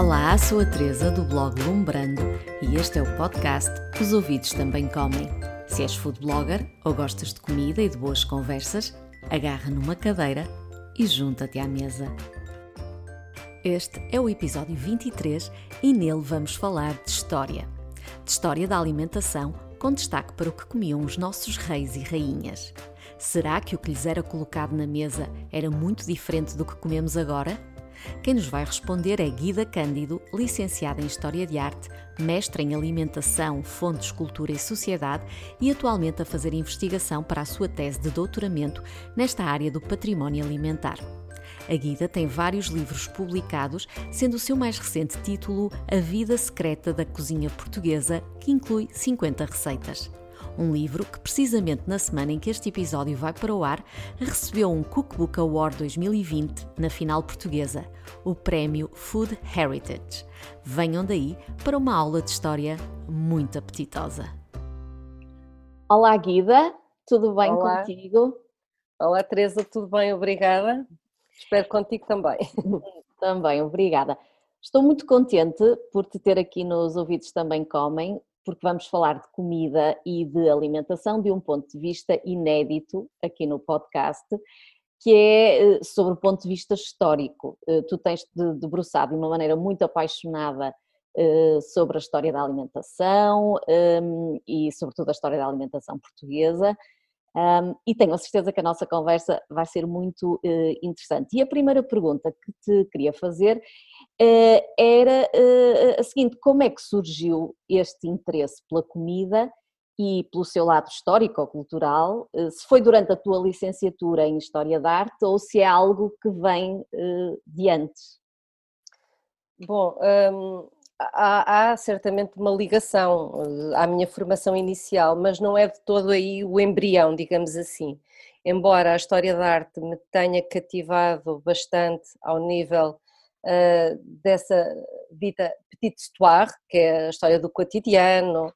Olá, sou a Teresa do blog Lumbrando e este é o podcast Os Ouvidos Também Comem. Se és food blogger ou gostas de comida e de boas conversas, agarra numa cadeira e junta-te à mesa. Este é o episódio 23 e nele vamos falar de história. De história da alimentação, com destaque para o que comiam os nossos reis e rainhas. Será que o que lhes era colocado na mesa era muito diferente do que comemos agora? Quem nos vai responder é Guida Cândido, licenciada em História de Arte, mestra em Alimentação, Fontes, Cultura e Sociedade e atualmente a fazer investigação para a sua tese de doutoramento nesta área do património alimentar. A Guida tem vários livros publicados, sendo o seu mais recente título A Vida Secreta da Cozinha Portuguesa, que inclui 50 receitas. Um livro que, precisamente na semana em que este episódio vai para o ar, recebeu um Cookbook Award 2020 na final portuguesa, o prémio Food Heritage. Venham daí para uma aula de história muito apetitosa. Olá Guida, tudo bem contigo? Olá Teresa, tudo bem? Obrigada. Espero contigo também. Também, obrigada. Estou muito contente por te ter aqui nos Ouvidos Também Comem, porque vamos falar de comida e de alimentação de um ponto de vista inédito aqui no podcast, que é sobre o ponto de vista histórico. Tu tens-te debruçado de uma maneira muito apaixonada sobre a história da alimentação e sobretudo a história da alimentação portuguesa. E tenho a certeza que a nossa conversa vai ser muito interessante. E a primeira pergunta que te queria fazer era a seguinte: como é que surgiu este interesse pela comida e pelo seu lado histórico ou cultural? Se foi durante a tua licenciatura em História da Arte ou se é algo que vem de antes? Bom, há certamente uma ligação à minha formação inicial, mas não é de todo aí o embrião, digamos assim. Embora a História da Arte me tenha cativado bastante ao nível dessa dita petite histoire, que é a história do cotidiano,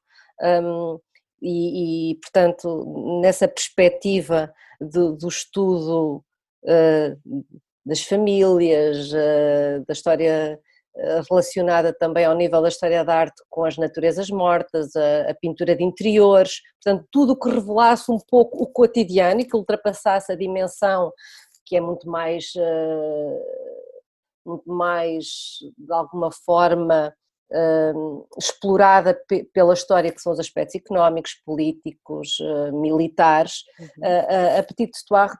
portanto, nessa perspectiva do estudo das famílias, da história relacionada também ao nível da história da arte com as naturezas mortas, a pintura de interiores, portanto tudo o que revelasse um pouco o cotidiano e que ultrapassasse a dimensão que é muito mais de alguma forma explorada pela história, que são os aspectos económicos, políticos, militares. A Petite Histoire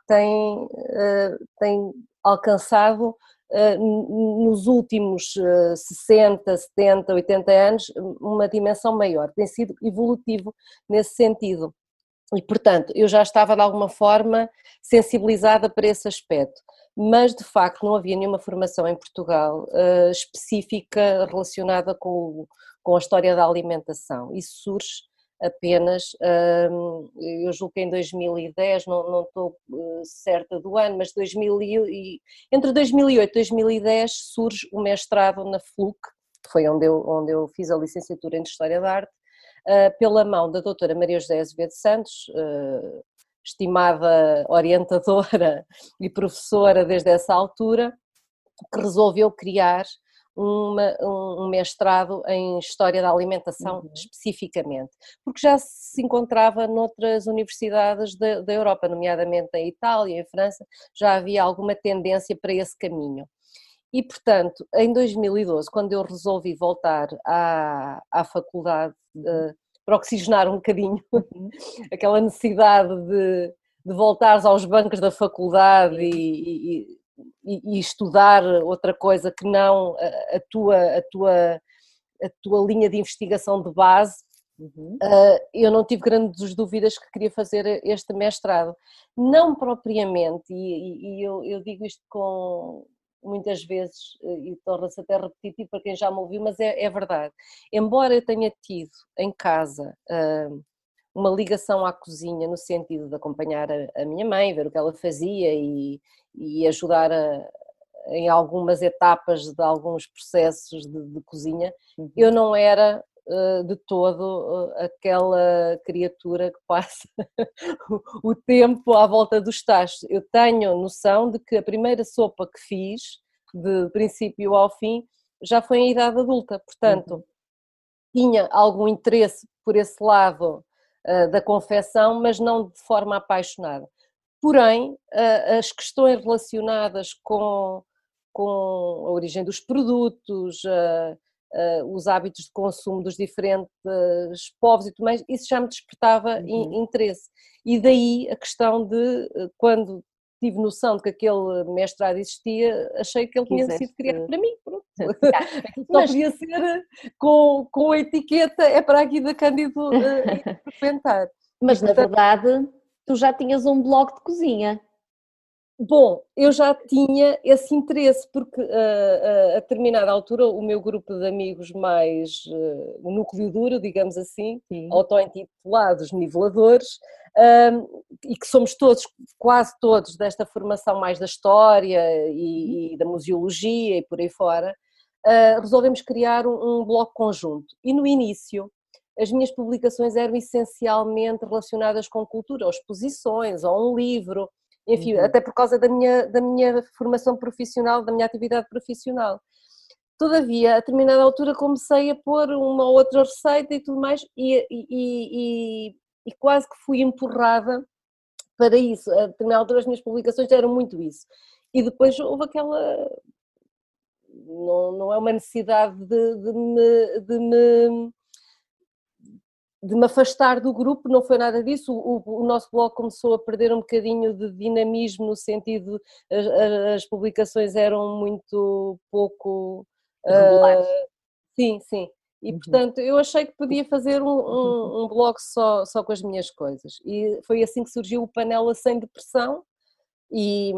tem alcançado nos últimos 60, 70, 80 anos uma dimensão maior, tem sido evolutivo nesse sentido e portanto eu já estava de alguma forma sensibilizada para esse aspecto, mas de facto não havia nenhuma formação em Portugal específica relacionada com a história da alimentação. Isso surge apenas, eu julgo que em 2010, não estou certa do ano, mas entre 2008 e 2010 surge o mestrado na FLUC, que foi onde eu fiz a licenciatura em História da Arte, pela mão da doutora Maria José Azevedo Santos, estimada orientadora e professora desde essa altura, que resolveu criar um mestrado em História da Alimentação especificamente, porque já se encontrava noutras universidades da Europa, nomeadamente em Itália, em França, já havia alguma tendência para esse caminho. E, portanto, em 2012, quando eu resolvi voltar à faculdade, para oxigenar um bocadinho aquela necessidade de voltares aos bancos da faculdade e estudar outra coisa que não a tua linha de investigação de base, eu não tive grandes dúvidas que queria fazer este mestrado. Não propriamente, e eu digo isto com muitas vezes, e torna-se até repetitivo para quem já me ouviu, mas é verdade. Embora eu tenha tido em casa uma ligação à cozinha no sentido de acompanhar a minha mãe, ver o que ela fazia e ajudar em algumas etapas de alguns processos de cozinha, eu não era de todo aquela criatura que passa o tempo à volta dos tachos. Eu tenho noção de que a primeira sopa que fiz, de princípio ao fim, já foi em idade adulta, portanto, tinha algum interesse por esse lado da confecção, mas não de forma apaixonada. Porém, as questões relacionadas com a origem dos produtos, os hábitos de consumo dos diferentes povos e tudo mais, isso já me despertava interesse. E daí a questão de, quando tive noção de que aquele mestrado existia, achei que ele tinha sido criado para mim. Pronto. Só podia ser com a etiqueta, é para aqui da Cândido frequentar. Mas, na verdade, tu já tinhas um blog de cozinha. Bom, eu já tinha esse interesse, porque a determinada altura o meu grupo de amigos mais, o núcleo duro, digamos assim, auto-intitulados niveladores, e que somos todos, quase todos, desta formação mais da história e da museologia e por aí fora, resolvemos criar um blog conjunto. E no início as minhas publicações eram essencialmente relacionadas com cultura, ou exposições, ou um livro, enfim, até por causa da minha formação profissional, da minha atividade profissional. Todavia, a determinada altura comecei a pôr uma ou outra receita e tudo mais, e quase que fui empurrada para isso. A determinada altura as minhas publicações eram muito isso. E depois houve aquela... Não é uma necessidade de me afastar do grupo, não foi nada disso. O nosso blog começou a perder um bocadinho de dinamismo, no sentido, as publicações eram muito pouco regulares. Sim. E portanto eu achei que podia fazer um blog só com as minhas coisas, e foi assim que surgiu o Panela Sem Depressão. E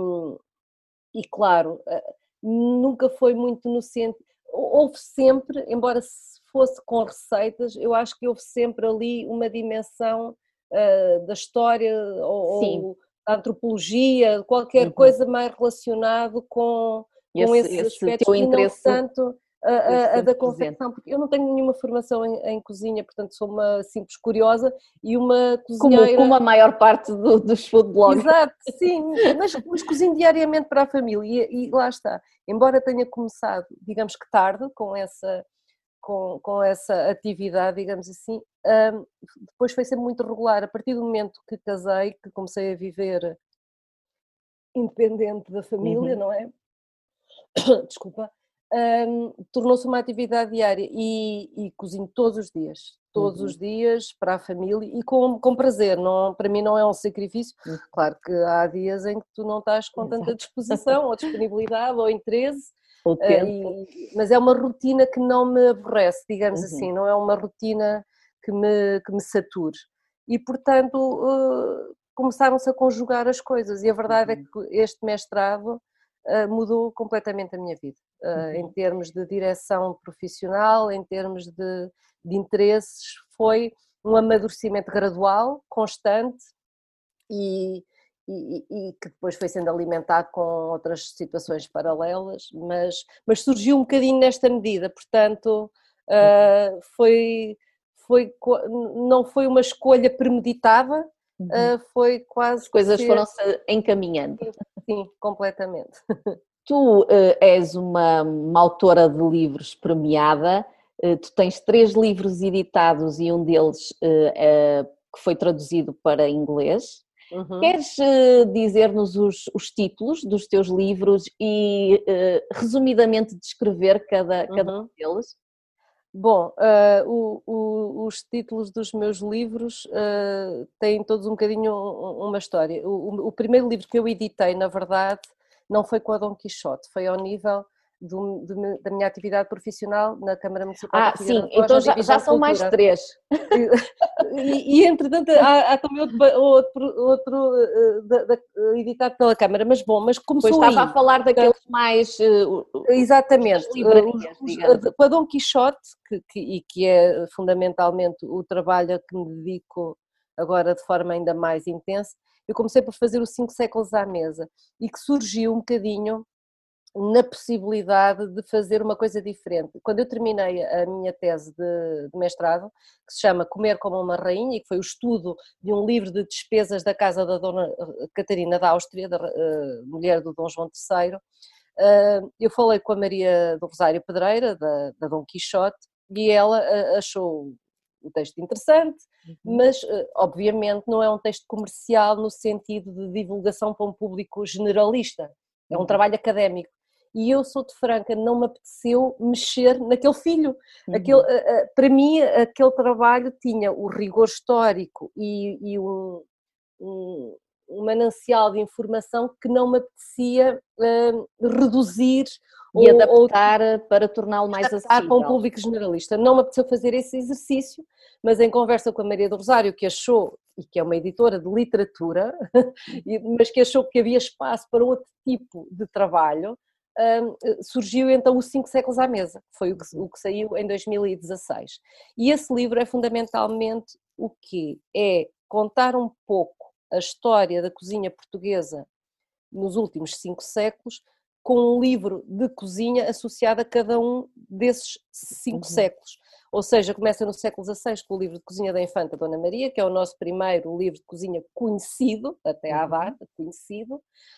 claro, nunca foi muito no centro, houve sempre, embora fosse com receitas, eu acho que houve sempre ali uma dimensão da história ou da antropologia, qualquer coisa mais relacionado com esses aspectos, e não tanto a da confecção, porque eu não tenho nenhuma formação em cozinha, portanto sou uma simples curiosa e uma cozinheira... Como a maior parte dos food bloggers. Exato, sim, mas cozinho diariamente para a família, e lá está. Embora tenha começado, digamos que tarde, com essa atividade, digamos assim, depois foi sempre muito regular. A partir do momento que casei, que comecei a viver independente da família, não é? Desculpa. Tornou-se uma atividade diária, e cozinho todos os dias para a família, e com prazer. Não, para mim não é um sacrifício. Claro que há dias em que tu não estás com tanta disposição ou disponibilidade ou interesse, mas é uma rotina que não me aborrece, digamos assim, não é uma rotina que me sature. E portanto começaram-se a conjugar as coisas, e a verdade é que este mestrado mudou completamente a minha vida, em termos de direção profissional, em termos de interesses. Foi um amadurecimento gradual, constante, e que depois foi sendo alimentado com outras situações paralelas, mas surgiu um bocadinho nesta medida, portanto não foi uma escolha premeditada, foi quase... As coisas foram-se encaminhando. Sim, completamente. Tu és uma autora de livros premiada, tu tens 3 livros editados e um deles que foi traduzido para inglês. Queres dizer-nos os títulos dos teus livros e resumidamente descrever cada um deles? Bom, os títulos dos meus livros têm todos um bocadinho uma história. O primeiro livro que eu editei, na verdade, não foi com a Dom Quixote, foi ao nível da minha atividade profissional na Câmara Municipal de Figueira da Foz. Então já são mais 3. E entretanto há também outro editado pela Câmara, mas começou pois estava a falar daqueles mais... Exatamente, com a Dom Quixote, que é fundamentalmente o trabalho a que me dedico agora de forma ainda mais intensa. Eu comecei por fazer os 5 séculos à mesa, e que surgiu um bocadinho na possibilidade de fazer uma coisa diferente. Quando eu terminei a minha tese de mestrado, que se chama Comer como uma Rainha, e que foi o estudo de um livro de despesas da casa da Dona Catarina da Áustria, da mulher do Dom João III, Eu falei com a Maria do Rosário Pedreira, da Dom Quixote, e ela achou o texto interessante, mas obviamente não é um texto comercial no sentido de divulgação para um público generalista, é um trabalho académico. E eu sou de Franca, não me apeteceu mexer naquele filho. Para mim, aquele trabalho tinha o rigor histórico e um manancial de informação que não me apetecia reduzir e adaptar para torná-lo mais acessível. Para um público generalista. Não me apeteceu fazer esse exercício, mas em conversa com a Maria do Rosário, que achou, e que é uma editora de literatura, mas que achou que havia espaço para outro tipo de trabalho, surgiu então o 5 séculos à mesa, que foi o que saiu em 2016. E esse livro é fundamentalmente o quê? É contar um pouco a história da cozinha portuguesa nos últimos 5 séculos, com um livro de cozinha associado a cada um desses 5 séculos. Ou seja, começa no século XVI com o livro de cozinha da Infanta Dona Maria, que é o nosso primeiro livro de cozinha conhecido, até à data, conhecido,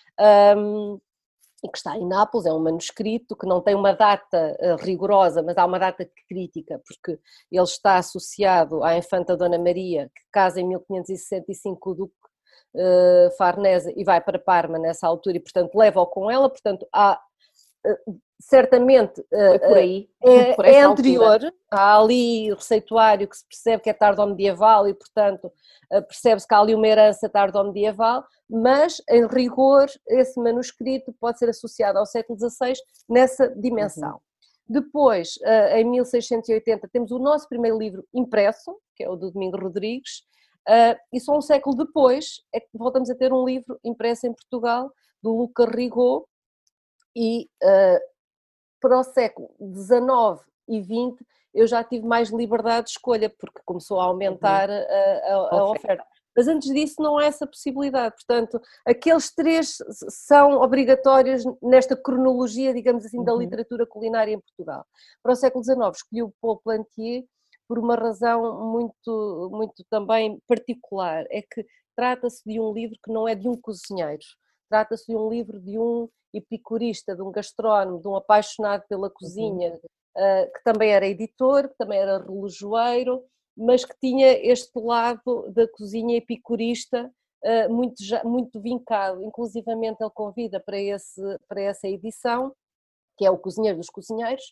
e que está em Nápoles, é um manuscrito que não tem uma data rigorosa, mas há uma data crítica, porque ele está associado à Infanta Dona Maria, que casa em 1565 com o Duque Farnese e vai para Parma nessa altura e, portanto, leva-o com ela, portanto, há certamente por aí, é anterior, há ali o receituário que se percebe que é tardo-medieval e, portanto, percebe-se que há ali uma herança tardo-medieval, mas, em rigor, esse manuscrito pode ser associado ao século XVI nessa dimensão. Depois, em 1680, temos o nosso primeiro livro impresso, que é o do Domingos Rodrigues, e só um século depois é que voltamos a ter um livro impresso em Portugal, do Lucas Rigaud, e para o século XIX e XX eu já tive mais liberdade de escolha, porque começou a aumentar a oferta. Mas antes disso não há essa possibilidade, portanto, aqueles 3 são obrigatórios nesta cronologia, digamos assim, da literatura culinária em Portugal. Para o século XIX escolhi o Paul Plantier por uma razão muito, muito também particular, é que trata-se de um livro que não é de um cozinheiro, trata-se de um livro de um epicurista, de um gastrónomo, de um apaixonado pela cozinha, que também era editor, que também era relojoeiro, mas que tinha este lado da cozinha epicurista muito vincado. Inclusivamente ele convida para essa edição, que é o Cozinheiro dos Cozinheiros,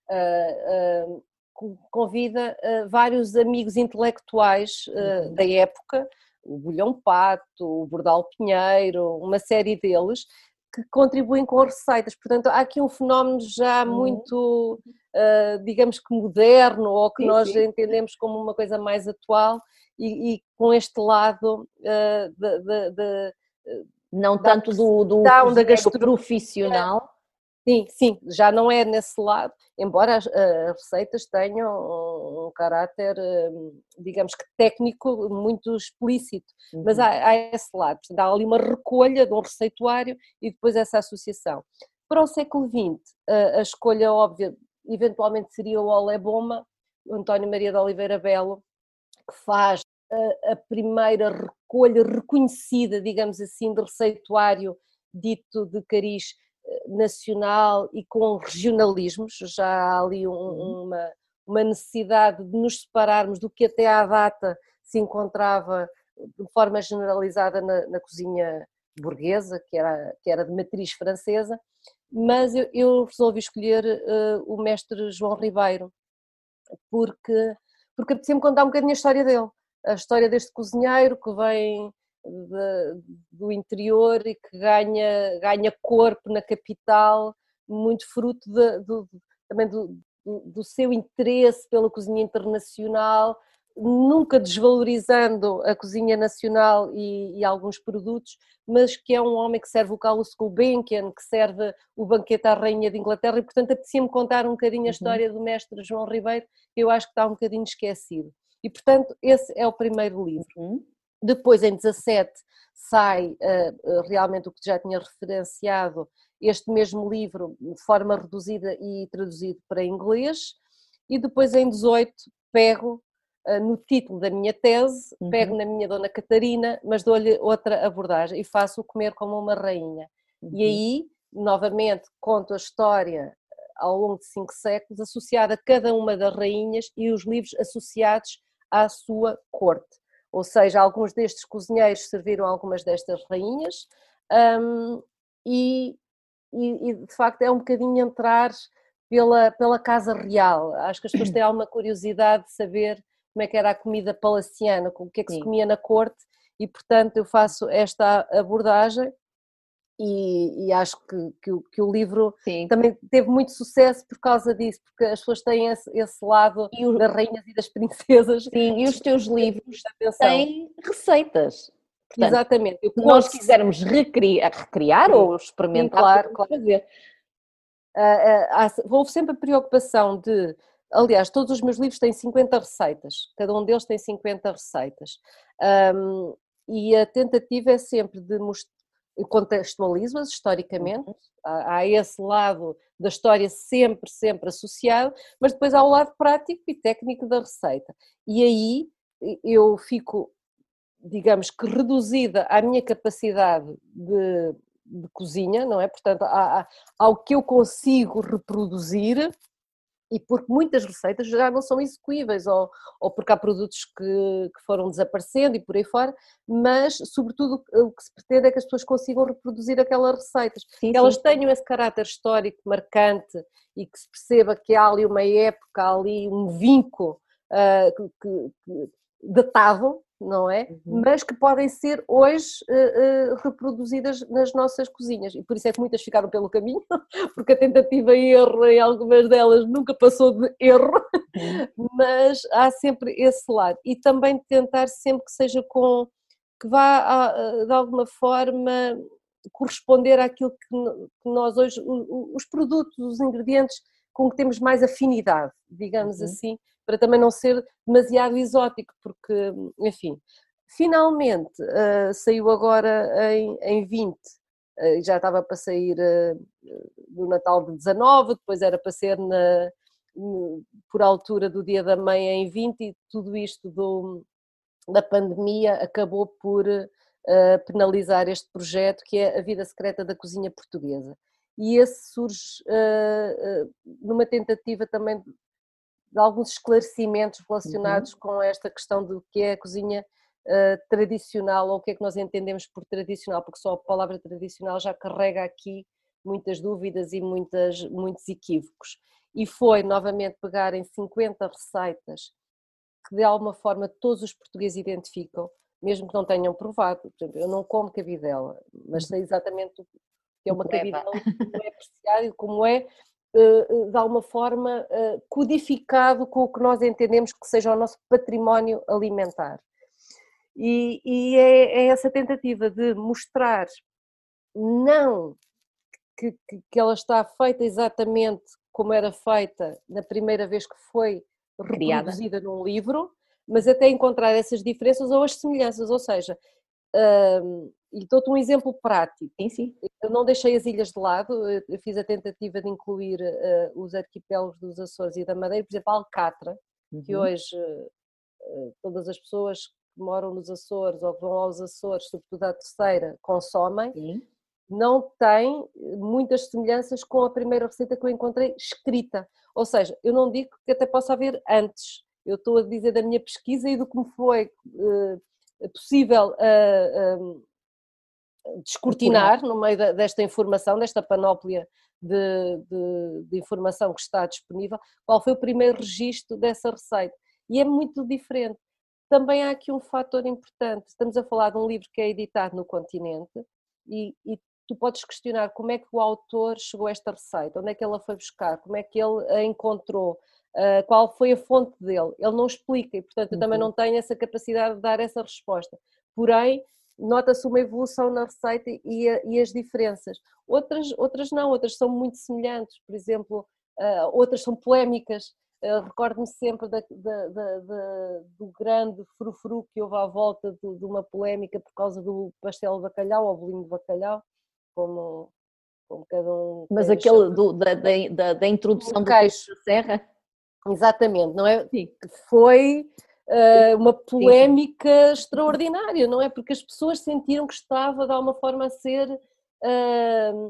convida vários amigos intelectuais da época, o Bulhão Pato, o Bordal Pinheiro, uma série deles, que contribuem com receitas. Portanto, há aqui um fenómeno já muito, digamos que moderno, ou que nós entendemos como uma coisa mais atual, e com este lado não tanto do cozinheiro profissional. Sim, já não é nesse lado, embora as receitas tenham um caráter, digamos que técnico, muito explícito, mas há esse lado, portanto, há ali uma recolha de um receituário e depois essa associação. Para o século XX, a escolha óbvia eventualmente seria o Olé Boma, o António Maria de Oliveira Belo, que faz a primeira recolha reconhecida, digamos assim, de receituário dito de cariz nacional e com regionalismos. Já há ali uma necessidade de nos separarmos do que até à data se encontrava de forma generalizada na cozinha burguesa, que era de matriz francesa, mas eu resolvi escolher o mestre João Ribeiro, porque apetecia-me contar um bocadinho a história dele, a história deste cozinheiro que vem do interior e que ganha corpo na capital, muito fruto também do seu interesse pela cozinha internacional, nunca desvalorizando a cozinha nacional e alguns produtos, mas que é um homem que serve o Carlos Gulbenkian, que serve o banquete à Rainha de Inglaterra, e portanto apetecia-me contar um bocadinho a história do mestre João Ribeiro, que eu acho que está um bocadinho esquecido. E portanto esse é o primeiro livro. Depois, em 17, sai realmente o que já tinha referenciado, este mesmo livro de forma reduzida e traduzido para inglês, e depois em 18 pego no título da minha tese, pego na minha Dona Catarina, mas dou-lhe outra abordagem e faço o Comer como uma Rainha. E aí novamente, conto a história ao longo de 5 séculos, associada a cada uma das rainhas e os livros associados à sua corte. Ou seja, alguns destes cozinheiros serviram algumas destas rainhas, e de facto é um bocadinho entrar pela casa real. Acho que as pessoas têm alguma curiosidade de saber como é que era a comida palaciana, o que é que se comia na corte, e portanto eu faço esta abordagem e acho que o livro também teve muito sucesso por causa disso, porque as pessoas têm esse lado das rainhas e das princesas. Sim, e os teus livros têm receitas. Portanto, exatamente. Se nós quisermos recriar ou experimentar, claro. fazer. Houve sempre a preocupação de, aliás, todos os meus livros têm 50 receitas, cada um deles tem 50 receitas, e a tentativa é sempre de mostrar, contextualizo-as historicamente, há esse lado da história sempre associado, mas depois há o lado prático e técnico da receita, e aí eu fico, digamos que reduzida à minha capacidade de cozinha, não é? Portanto, ao que eu consigo reproduzir, e porque muitas receitas já não são execuíveis, ou porque há produtos que foram desaparecendo e por aí fora, mas sobretudo o que se pretende é que as pessoas consigam reproduzir aquelas receitas, que elas tenham esse caráter histórico marcante e que se perceba que há ali uma época, há ali um vinco datado, não é? Mas que podem ser hoje reproduzidas nas nossas cozinhas, e por isso é que muitas ficaram pelo caminho, porque a tentativa e erro em algumas delas nunca passou de erro, mas há sempre esse lado, e também tentar sempre que seja que vá de alguma forma corresponder àquilo que nós hoje, os produtos, os ingredientes com que temos mais afinidade, digamos assim, para também não ser demasiado exótico, porque, enfim, finalmente saiu agora em 20, já estava para sair do Natal de 19, depois era para ser por altura do Dia da Mãe em 20, e tudo isto da pandemia acabou por penalizar este projeto, que é A Vida Secreta da Cozinha Portuguesa. E esse surge numa tentativa também de alguns esclarecimentos relacionados com esta questão do que é a cozinha tradicional, ou o que é que nós entendemos por tradicional, porque só a palavra tradicional já carrega aqui muitas dúvidas e muitos equívocos. E foi novamente pegar em 50 receitas que de alguma forma todos os portugueses identificam, mesmo que não tenham provado. Por exemplo, eu não como cabidela, mas sei exatamente o que é uma cabidela, como é apreciado e como é de alguma forma codificado com o que nós entendemos que seja o nosso património alimentar. E é essa tentativa de mostrar não que ela está feita exatamente como era feita na primeira vez que foi reproduzida num livro, mas até encontrar essas diferenças ou as semelhanças, ou seja, e dou-te um exemplo prático. Sim. Eu não deixei as ilhas de lado, eu fiz a tentativa de incluir os arquipélagos dos Açores e da Madeira, por exemplo, a Alcatra, que hoje todas as pessoas que moram nos Açores ou que vão aos Açores, sobretudo à Terceira, consomem, não tem muitas semelhanças com a primeira receita que eu encontrei escrita. Ou seja, eu não digo que até possa haver antes, eu estou a dizer da minha pesquisa e do que me foi possível descortinar no meio desta informação, desta panóplia de informação que está disponível, qual foi o primeiro registro dessa receita. E é muito diferente. Também há aqui um fator importante, estamos a falar de um livro que é editado no continente e tu podes questionar como é que o autor chegou a esta receita, onde é que ela foi buscar, como é que ele a encontrou, qual foi a fonte dele. Ele não explica e, portanto, eu também não tenho essa capacidade de dar essa resposta. Porém, nota-se uma evolução na receita e as diferenças. Outras não, outras são muito semelhantes, por exemplo, outras são polémicas. Recordo-me sempre do grande frufru que houve à volta de uma polémica por causa do pastel de bacalhau ou bolinho de bacalhau, como cada um... Mas aquele da introdução do queijo da serra? Exatamente, não é? Sim. Que foi uma polémica extraordinária, não é? Porque as pessoas sentiram que estava de alguma forma a ser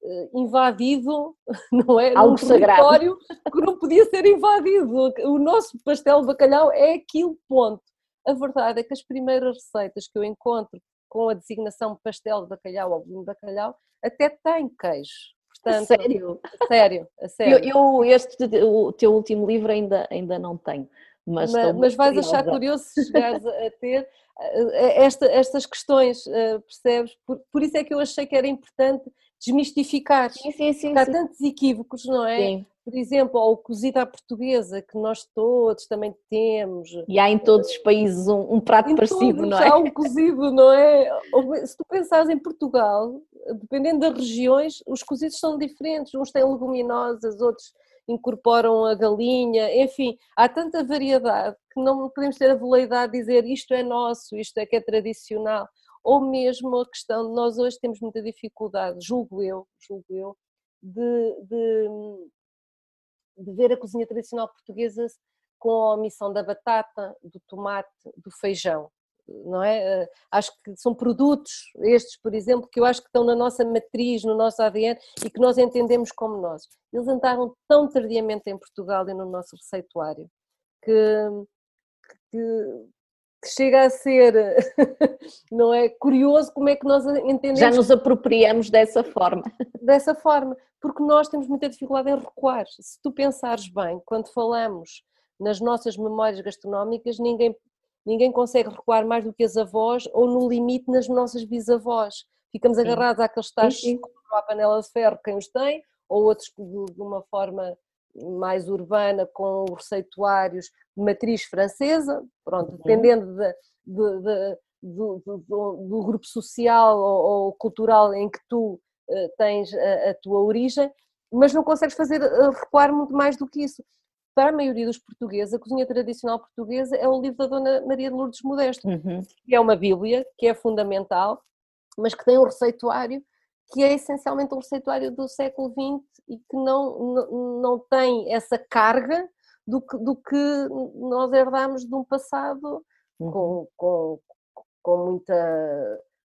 invadido, não é? Algo Num território que não podia ser invadido. O nosso pastel de bacalhau é aquilo, ponto. A verdade é que as primeiras receitas que eu encontro com a designação pastel de bacalhau ou bolinho de bacalhau até têm queijo. Portanto, sério? A sério. O teu último livro ainda não tenho, mas estou muito Mas vais curiosa. achar curioso se chegares a ter estas questões, percebes? Por isso é que eu achei que era importante desmistificar. Sim. Há tantos equívocos, não é? Sim. Por exemplo, ou o cozido à portuguesa, que nós todos também temos. E há em todos os países um prato Em parecido, todos não é? há um cozido, não é? Se tu pensares em Portugal, dependendo das regiões, os cozidos são diferentes. Uns têm leguminosas, outros incorporam a galinha, enfim, há tanta variedade que não podemos ter a veleidade de dizer isto é nosso, isto é que é tradicional. Ou mesmo a questão de nós hoje temos muita dificuldade, julgo eu, de ver a cozinha tradicional portuguesa com a omissão da batata, do tomate, do feijão, não é? Acho que são produtos, estes, por exemplo, que eu acho que estão na nossa matriz, no nosso ADN e que nós entendemos como nós. Eles entraram tão tardiamente em Portugal e no nosso receituário que chega a ser, não é, curioso como é que nós entendemos. Já nos apropriamos dessa forma. Dessa forma, porque nós temos muita dificuldade em recuar. Se tu pensares bem, quando falamos nas nossas memórias gastronómicas, ninguém consegue recuar mais do que as avós ou no limite nas nossas bisavós. Ficamos agarrados àqueles tachos à panela de ferro, quem os tem, ou outros de uma forma mais urbana, com receituários de matriz francesa, pronto, dependendo do grupo social ou cultural em que tu tens a tua origem, mas não consegues fazer recuar muito mais do que isso. Para a maioria dos portugueses, a cozinha tradicional portuguesa é o livro da Dona Maria de Lourdes Modesto, que é uma bíblia, que é fundamental, mas que tem um receituário que é essencialmente um receituário do século XX e que não tem essa carga do que nós herdámos de um passado com muita...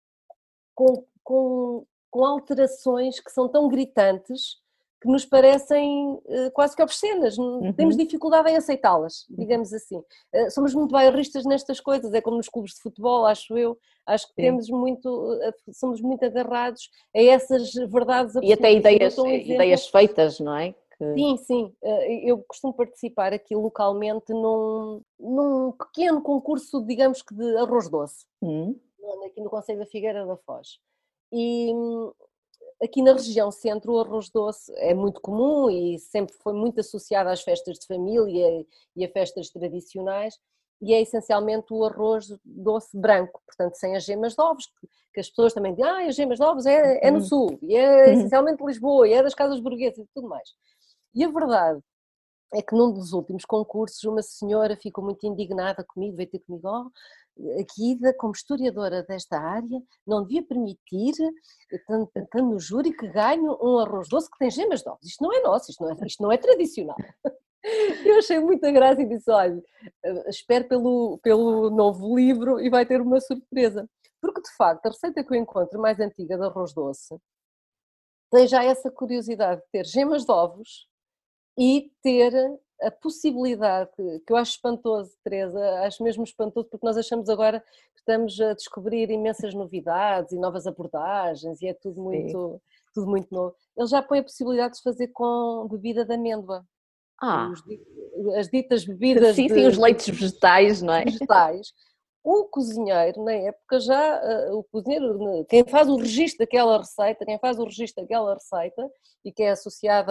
com alterações que são tão gritantes que nos parecem quase que obscenas, temos dificuldade em aceitá-las, digamos assim. Somos muito bairristas nestas coisas, é como nos clubes de futebol, acho que somos muito agarrados a essas verdades absolutas. E até ideias feitas, não é? Sim, eu costumo participar aqui localmente num pequeno concurso, digamos que de arroz doce, aqui no Concelho da Figueira da Foz. E aqui na região centro o arroz doce é muito comum e sempre foi muito associado às festas de família e a festas tradicionais, e é essencialmente o arroz doce branco, portanto sem as gemas de ovos, que as pessoas também dizem, as gemas de ovos é no sul, e é essencialmente de Lisboa, e é das casas burguesas e tudo mais. E a verdade é que num dos últimos concursos uma senhora ficou muito indignada comigo, veio ter comigo, aqui como historiadora desta área, não devia permitir, estando no júri, que ganhe um arroz doce que tem gemas de ovos. Isto não é nosso, isto não é tradicional. Eu achei muita graça e disse, olha, espero pelo novo livro e vai ter uma surpresa. Porque, de facto, a receita que eu encontro mais antiga de arroz doce tem já essa curiosidade de ter gemas de ovos e ter a possibilidade, que eu acho espantoso, Teresa, acho mesmo espantoso, porque nós achamos agora que estamos a descobrir imensas novidades e novas abordagens e é tudo muito novo. Ele já põe a possibilidade de fazer com bebida de amêndoa. As ditas bebidas sim, os leites vegetais, não é? Vegetais. O cozinheiro, na época quem faz o registro daquela receita, e que é associada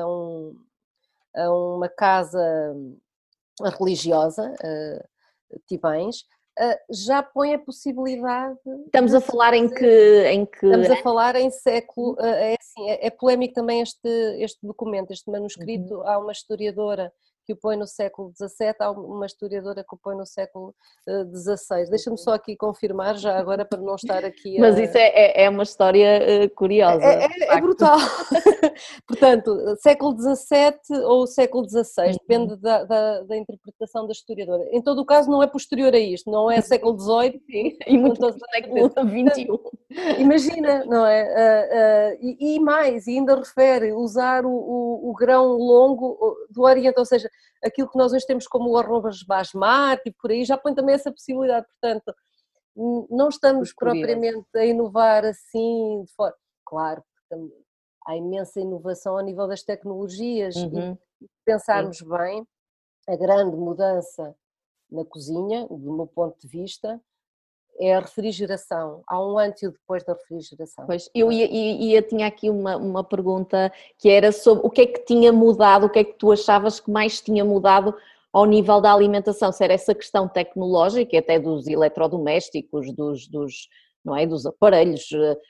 a uma casa religiosa, Tibães, já põe a possibilidade... Estamos a falar em que... Estamos a falar em século... É polémico também este documento, este manuscrito. Há uma historiadora, que o põe no século XVII, há uma historiadora que o põe no século XVI. Deixa-me só aqui confirmar, já agora, para não estar aqui a... Mas isso é uma história curiosa. É brutal. Portanto, século XVII ou século XVI, depende da interpretação da historiadora. Em todo o caso, não é posterior a isto, não é século XVIII. E muito menos século XXI. Imagina, não é? E mais, e ainda refere usar o grão longo do Oriente, ou seja, aquilo que nós hoje temos como o arroz basmati, por aí, já põe também essa possibilidade. Portanto, não estamos propriamente a inovar assim de fora. Claro, há imensa inovação ao nível das tecnologias e pensarmos bem, a grande mudança na cozinha, do meu ponto de vista, é a refrigeração. Há um antes e depois da refrigeração. Pois, eu tinha aqui uma pergunta que era sobre o que é que tinha mudado, o que é que tu achavas que mais tinha mudado ao nível da alimentação, se era essa questão tecnológica, até dos eletrodomésticos, não é, dos aparelhos,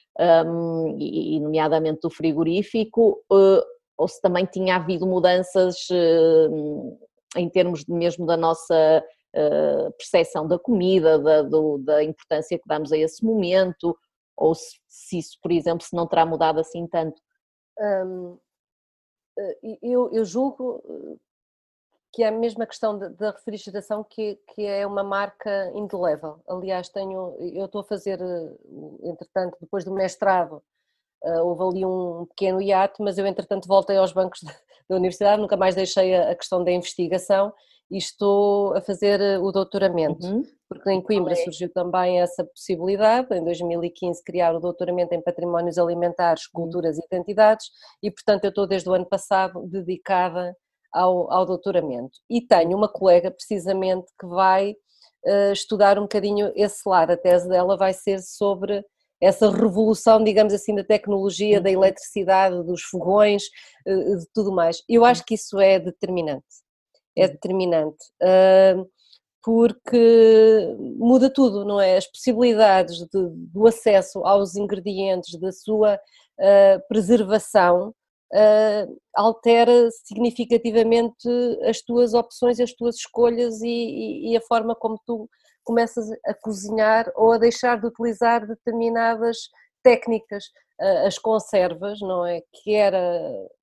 e nomeadamente do frigorífico, ou se também tinha havido mudanças em termos mesmo da nossa percepção da comida, da importância que damos a esse momento, ou se isso, por exemplo, se não terá mudado assim tanto? Eu julgo que é a mesma questão da refrigeração que é uma marca indelével. Aliás, eu estou a fazer, entretanto, depois do mestrado, houve ali um pequeno hiato, mas eu entretanto voltei aos bancos da universidade, nunca mais deixei a questão da investigação e estou a fazer o doutoramento, porque em Coimbra surgiu também essa possibilidade, em 2015 criar o doutoramento em Patrimónios Alimentares, Culturas e Identidades e portanto eu estou desde o ano passado dedicada ao doutoramento e tenho uma colega precisamente que vai estudar um bocadinho esse lado, a tese dela vai ser sobre essa revolução, digamos assim, da tecnologia, da eletricidade, dos fogões, de tudo mais. Eu acho que isso é determinante, porque muda tudo, não é? As possibilidades do acesso aos ingredientes, da sua preservação, altera significativamente as tuas opções, as tuas escolhas e a forma como tu começas a cozinhar ou a deixar de utilizar determinadas técnicas. As conservas, não é? Que era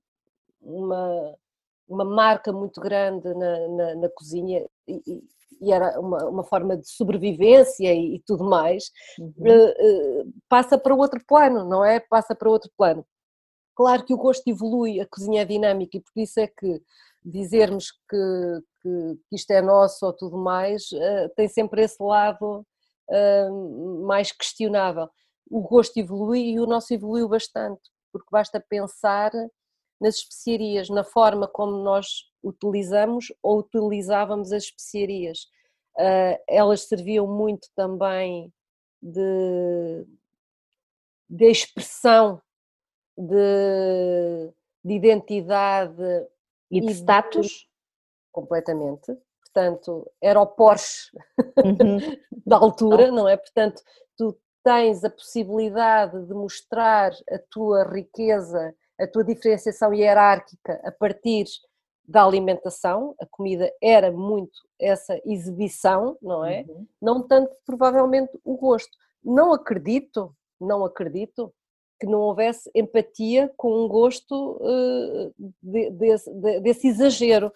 uma marca muito grande na cozinha e era uma forma de sobrevivência e tudo mais, passa para outro plano, não é? Passa para outro plano. Claro que o gosto evolui, a cozinha é dinâmica e por isso é que dizermos que isto é nosso ou tudo mais, tem sempre esse lado mais questionável. O gosto evolui e o nosso evoluiu bastante, porque basta pensar nas especiarias, na forma como nós utilizamos ou utilizávamos as especiarias. Elas serviam muito também de expressão, de identidade e de status. Completamente, portanto era o Porsche da altura, não é? Portanto tu tens a possibilidade de mostrar a tua riqueza, a tua diferenciação hierárquica a partir da alimentação, a comida era muito essa exibição, não é? Não tanto provavelmente o gosto. Não acredito que não houvesse empatia com um gosto desse exagero,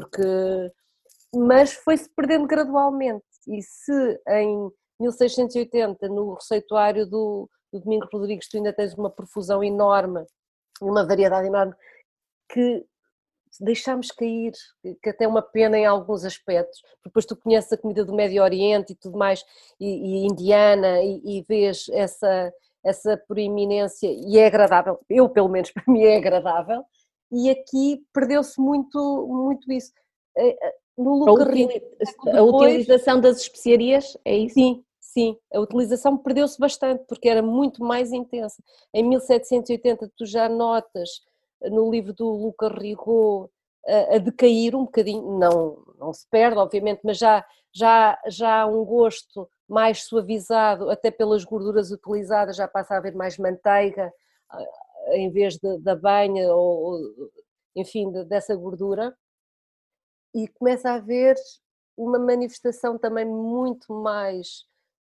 mas foi-se perdendo gradualmente, e se em 1680 no receituário do Domingos Rodrigues tu ainda tens uma profusão enorme, uma variedade enorme, que deixámos cair, que até é uma pena em alguns aspectos, depois tu conheces a comida do Médio Oriente e tudo mais, e indiana, e vês essa proeminência, e é agradável, eu pelo menos para mim é agradável, e aqui perdeu-se muito isso. No Luca a utilização das especiarias, é isso? Sim, a utilização perdeu-se bastante, porque era muito mais intensa. Em 1780 tu já notas no livro do Luca Rigaud a decair um bocadinho, não se perde obviamente, mas já há um gosto mais suavizado, até pelas gorduras utilizadas, já passa a haver mais manteiga em vez da banha ou enfim dessa gordura, e começa a haver uma manifestação também muito mais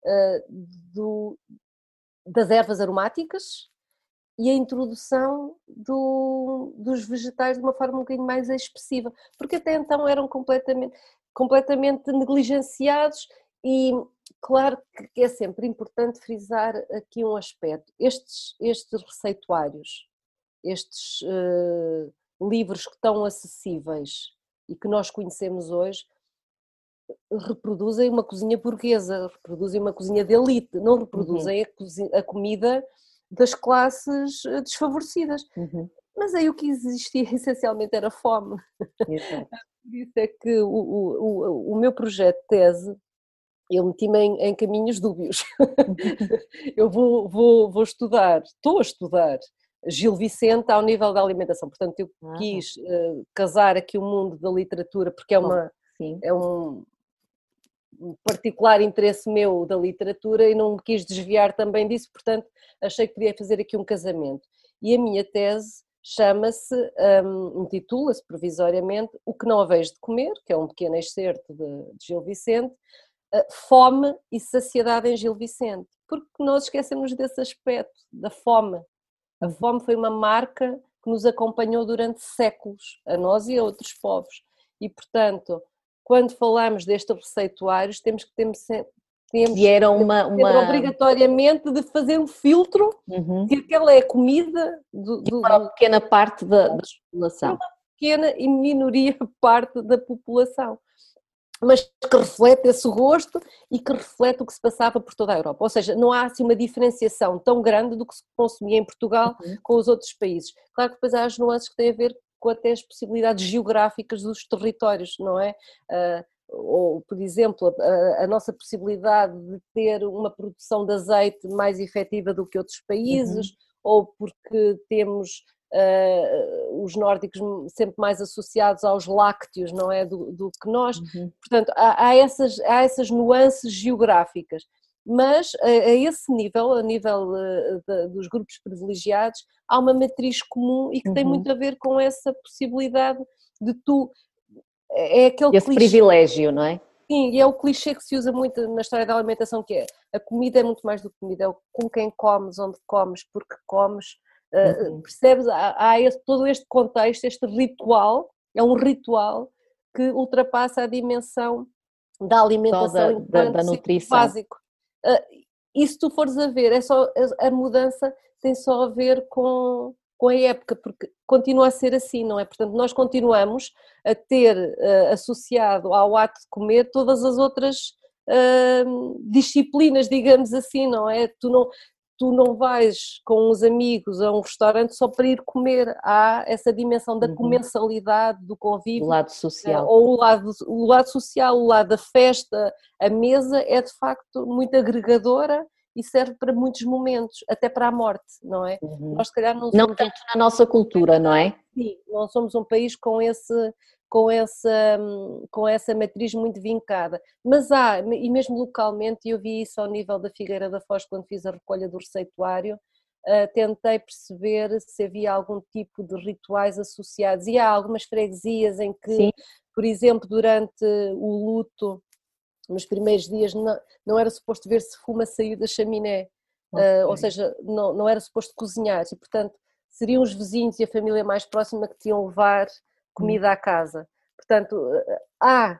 das ervas aromáticas e a introdução dos vegetais de uma forma um bocadinho mais expressiva, porque até então eram completamente negligenciados. E claro que é sempre importante frisar aqui um aspecto: estes receituários, estes livros que estão acessíveis e que nós conhecemos hoje, reproduzem uma cozinha burguesa, reproduzem uma cozinha de elite, não reproduzem a comida das classes desfavorecidas. Mas aí o que existia essencialmente era fome. Por isso é que o meu projeto de tese, eu meti-me em caminhos dúbios. Eu estou a estudar Gil Vicente ao nível da alimentação, portanto eu quis casar aqui o mundo da literatura, porque é um particular interesse meu da literatura, e não me quis desviar também disso, portanto achei que podia fazer aqui um casamento. E a minha tese chama-se, intitula-se provisoriamente O que não haveis de comer, que é um pequeno excerto de Gil Vicente, Fome e Saciedade em Gil Vicente, porque nós esquecemos desse aspecto, da fome. A fome foi uma marca que nos acompanhou durante séculos, a nós e a outros povos, e portanto, quando falamos destes receituários, temos que ter obrigatoriamente de fazer um filtro, que aquela é a comida de uma pequena parte da população. Uma pequena e minoria parte da população, mas que reflete esse gosto e que reflete o que se passava por toda a Europa. Ou seja, não há assim uma diferenciação tão grande do que se consumia em Portugal com os outros países. Claro que depois há as nuances que têm a ver com até as possibilidades geográficas dos territórios, não é? Ou, por exemplo, a nossa possibilidade de ter uma produção de azeite mais efetiva do que outros países, ou porque temos os nórdicos sempre mais associados aos lácteos, não é, do que nós. Portanto, há essas nuances geográficas, mas a esse nível, a nível dos grupos privilegiados, há uma matriz comum e que tem muito a ver com essa possibilidade de é aquele esse privilégio, não é? Sim, e é o clichê que se usa muito na história da alimentação, que é: a comida é muito mais do que comida, é com quem comes, onde comes, porque comes. Percebes? Há todo este contexto, este ritual, é um ritual que ultrapassa a dimensão da alimentação enquanto da nutrição básico. E se tu fores a ver, a mudança tem só a ver com a época, porque continua a ser assim, não é? Portanto, nós continuamos a ter associado ao ato de comer todas as outras disciplinas, digamos assim, não é? Tu não vais com os amigos a um restaurante só para ir comer. Há essa dimensão da comensalidade, do convívio. O lado social. Ou o lado social, o lado da festa. A mesa é de facto muito agregadora e serve para muitos momentos, até para a morte, não é? Nós, se calhar, não tanto na nossa cultura, não é? Sim, não somos um país com essa matriz muito vincada, mas há, e mesmo localmente, eu vi isso ao nível da Figueira da Foz quando fiz a recolha do receituário, tentei perceber se havia algum tipo de rituais associados, e há algumas freguesias em que, por exemplo, durante o luto, nos primeiros dias, não era suposto ver-se fumo a sair da chaminé, ou seja, não era suposto cozinhar, e portanto seriam os vizinhos e a família mais próxima que te iam levar comida à casa. Portanto, há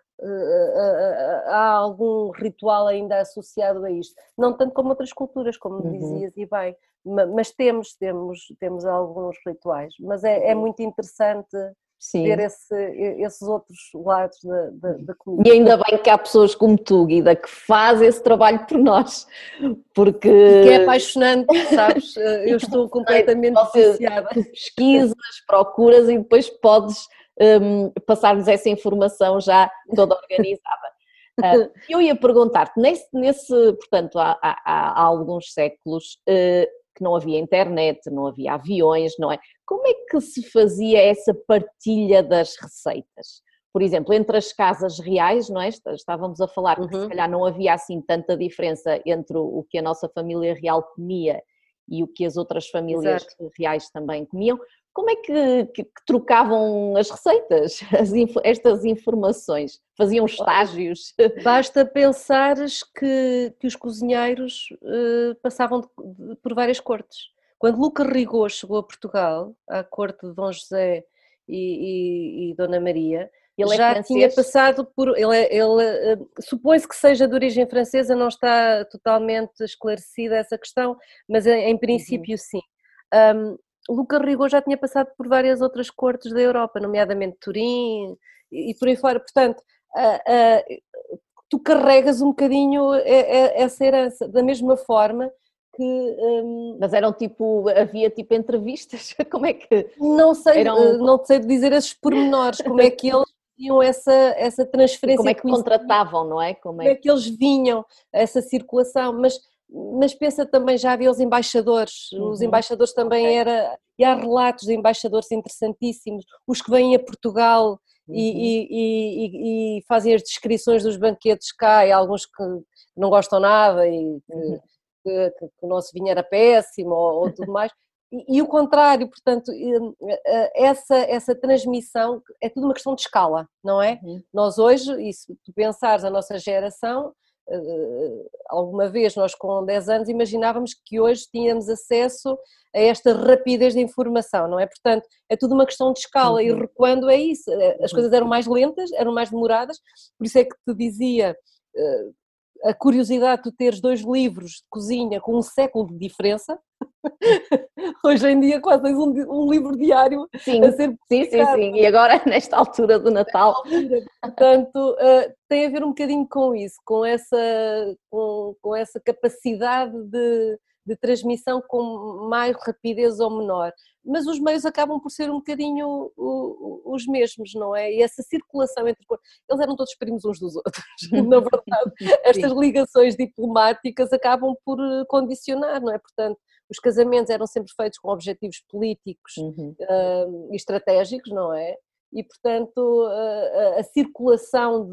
algum ritual ainda associado a isto, não tanto como outras culturas, como dizias, e bem, mas temos alguns rituais, mas é muito interessante ver esses outros lados da comida. E ainda bem que há pessoas como tu, Guida, que fazem esse trabalho por nós, porque... E que é apaixonante, sabes? Eu estou completamente viciada. Tu pesquisas, procuras e depois podes passar-nos essa informação já toda organizada. Eu ia perguntar-te, portanto, há alguns séculos que não havia internet, não havia aviões, não é? Como é que se fazia essa partilha das receitas? Por exemplo, entre as casas reais, não é? Estávamos a falar que se calhar não havia assim tanta diferença entre o que a nossa família real comia e o que as outras famílias reais também comiam. como é que trocavam as receitas, estas informações? Faziam estágios? Basta pensares que os cozinheiros passavam por várias cortes. Quando Lucas Rigau chegou a Portugal, à corte de Dom José e Dona Maria, Ele já é tinha francês? passado por... supõe-se que seja de origem francesa, não está totalmente esclarecida essa questão, mas em princípio sim. Lucas Rigau já tinha passado por várias outras cortes da Europa, nomeadamente Turim e por aí fora, portanto, tu carregas um bocadinho essa herança, da mesma forma que... Mas havia tipo entrevistas? Como é que Não sei, eram? não sei dizer esses pormenores, como é que eles tinham essa transferência Como é de que conhecimento, contratavam, não é? como é que eles vinham, essa circulação, mas pensa também, já havia os embaixadores também e há relatos de embaixadores interessantíssimos, os que vêm a Portugal e fazem as descrições dos banquetes cá, e alguns que não gostam nada e que o nosso vinho era péssimo ou tudo mais. E o contrário, portanto, essa transmissão é tudo uma questão de escala, não é? Nós hoje, e se tu pensares a nossa geração, alguma vez nós com 10 anos imaginávamos que hoje tínhamos acesso a esta rapidez de informação, não é? Portanto, é tudo uma questão de escala e recuando é isso, as coisas eram mais lentas, eram mais demoradas, por isso é que te dizia... a curiosidade de tu teres 2 livros de cozinha com um século de diferença, hoje em dia quase tens um livro diário a ser publicado. Sim. E agora, nesta altura do Natal. Portanto, tem a ver um bocadinho com isso, com essa capacidade de transmissão com mais rapidez ou menor. Mas os meios acabam por ser um bocadinho os mesmos, não é? E essa circulação entre... Eles eram todos primos uns dos outros, na verdade. Estas ligações diplomáticas acabam por condicionar, não é? Portanto, os casamentos eram sempre feitos com objetivos políticos e estratégicos, não é? E, portanto, a circulação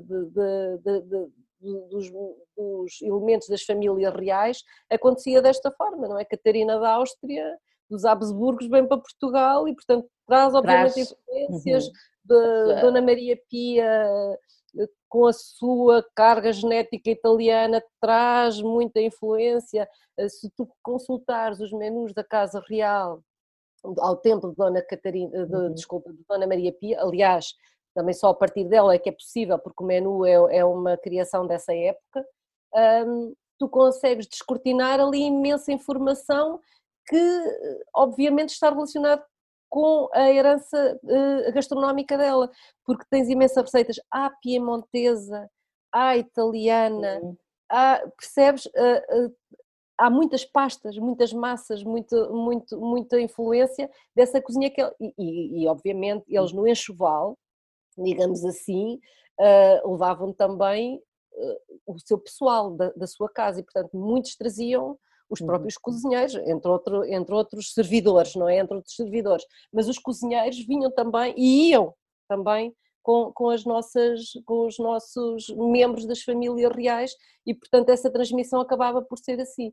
dos elementos das famílias reais acontecia desta forma, não é? Catarina da Áustria, dos Habsburgos, vem para Portugal e, portanto, traz obviamente influências de Dona Maria Pia, com a sua carga genética italiana, traz muita influência. Se tu consultares os menus da Casa Real ao tempo de Dona Catarina, de Dona Maria Pia, aliás, também só a partir dela é que é possível, porque o menu é uma criação dessa época, tu consegues descortinar ali imensa informação que obviamente está relacionada com a herança gastronómica dela, porque tens imensas receitas, há piemontesa, há italiana, percebes? Há muitas pastas, muitas massas, muita influência dessa cozinha e obviamente eles no enxoval, digamos assim, levavam também o seu pessoal da sua casa e, portanto, muitos traziam os próprios cozinheiros, entre outros servidores, não é? Entre outros servidores, mas os cozinheiros vinham também e iam também com os nossos membros das famílias reais e, portanto, essa transmissão acabava por ser assim.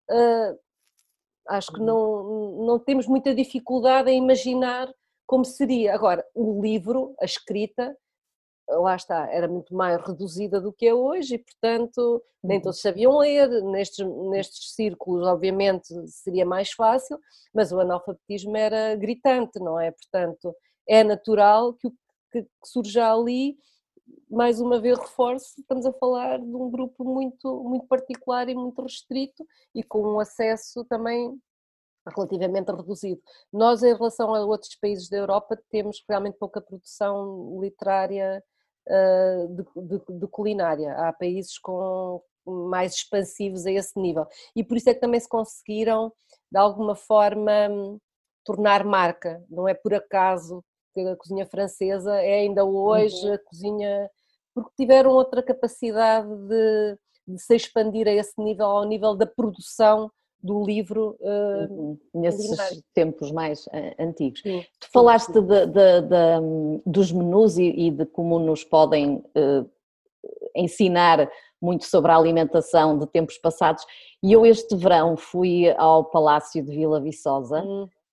Acho que não temos muita dificuldade em imaginar como seria. Agora, o livro, a escrita, lá está, era muito mais reduzida do que é hoje e, portanto, nem todos sabiam ler. Nestes círculos, obviamente, seria mais fácil, mas o analfabetismo era gritante, não é? Portanto, é natural que surja ali, mais uma vez reforço, estamos a falar de um grupo muito, muito particular e muito restrito e com um acesso também relativamente reduzido. Nós, em relação a outros países da Europa, temos realmente pouca produção literária de culinária. Há países mais expansivos a esse nível. E por isso é que também se conseguiram, de alguma forma, tornar marca. Não é por acaso que a cozinha francesa é ainda hoje a cozinha... Porque tiveram outra capacidade de se expandir a esse nível, ao nível da produção do livro nesses tempos mais antigos. Sim, tu falaste dos menus e de como nos podem ensinar muito sobre a alimentação de tempos passados, e eu este verão fui ao Palácio de Vila Viçosa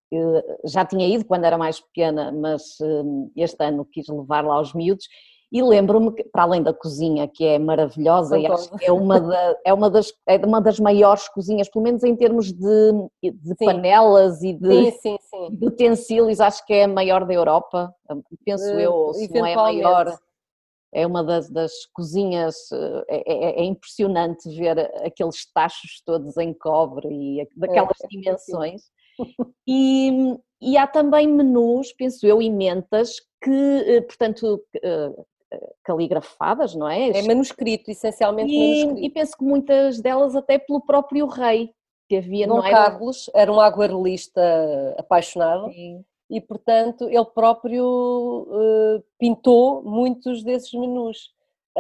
já tinha ido quando era mais pequena, mas este ano quis levar lá os miúdos. E lembro-me que, para além da cozinha, que é maravilhosa, e acho que é uma das maiores cozinhas, pelo menos em termos de panelas e de utensílios, acho que é a maior da Europa, penso eu, ou se não é a maior. É uma das cozinhas, é impressionante ver aqueles tachos todos em cobre e daquelas dimensões. E há também menus, penso eu, e mentas que, portanto, caligrafadas, não é? É manuscrito, essencialmente manuscrito. E penso que muitas delas até pelo próprio rei, que havia, Dom Carlos era um aguarelista apaixonado. Sim. E, portanto, ele próprio pintou muitos desses menus.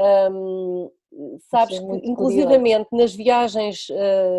Sabes que, inclusivamente, nas viagens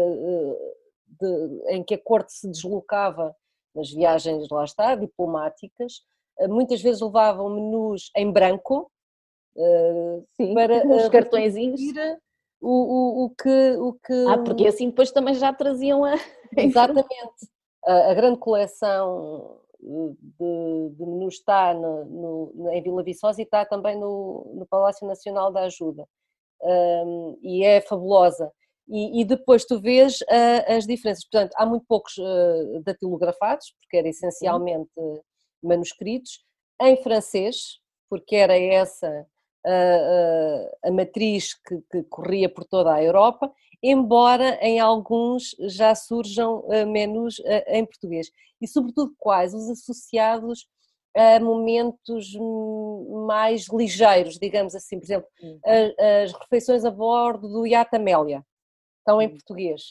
em que a corte se deslocava, nas viagens, lá está, diplomáticas, muitas vezes levavam menus em branco, para os cartõezinhos. O que... porque assim depois também já traziam a... Exatamente. A grande coleção de menus está em Vila Viçosa e está também no Palácio Nacional da Ajuda. E é fabulosa. E depois tu vês as diferenças. Portanto, há muito poucos datilografados, porque era essencialmente manuscritos, em francês, porque era essa a matriz que corria por toda a Europa, embora em alguns já surjam menus em português. E sobretudo quais? Os associados a momentos mais ligeiros, digamos assim. Por exemplo, as refeições a bordo do Iate Amélia estão em português.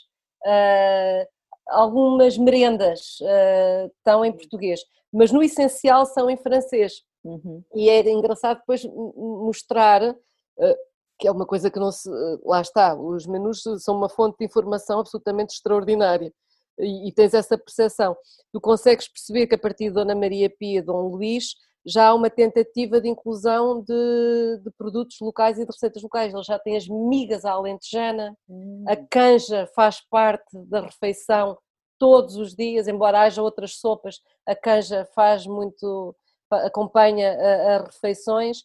Algumas merendas estão em português, mas no essencial são em francês. E é engraçado depois mostrar que é uma coisa que não se... Lá está, os menus são uma fonte de informação absolutamente extraordinária e tens essa percepção. Tu consegues perceber que a partir de Dona Maria Pia e Dom Luís já há uma tentativa de inclusão de produtos locais e de receitas locais. Eles já têm as migas à alentejana, a canja faz parte da refeição todos os dias, embora haja outras sopas, a canja faz muito... acompanha as refeições,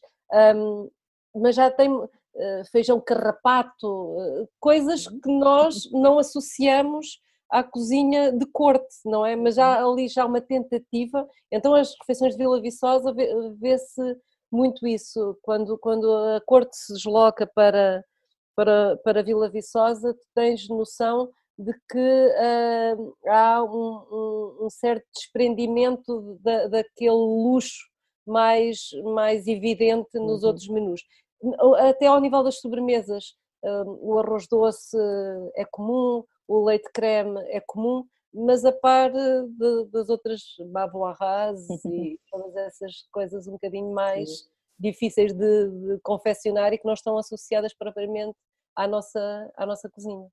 mas já tem feijão carrapato, coisas que nós não associamos à cozinha de corte, não é? Mas já ali já uma tentativa. Então as refeições de Vila Viçosa vê-se muito isso, quando a corte se desloca para Vila Viçosa, tu tens noção de que há um certo desprendimento daquele luxo mais evidente nos outros menus. Até ao nível das sobremesas, o arroz doce é comum, o leite creme é comum, mas a par das outras bavoarras e todas essas coisas um bocadinho mais difíceis de confeccionar e que não estão associadas propriamente à nossa cozinha.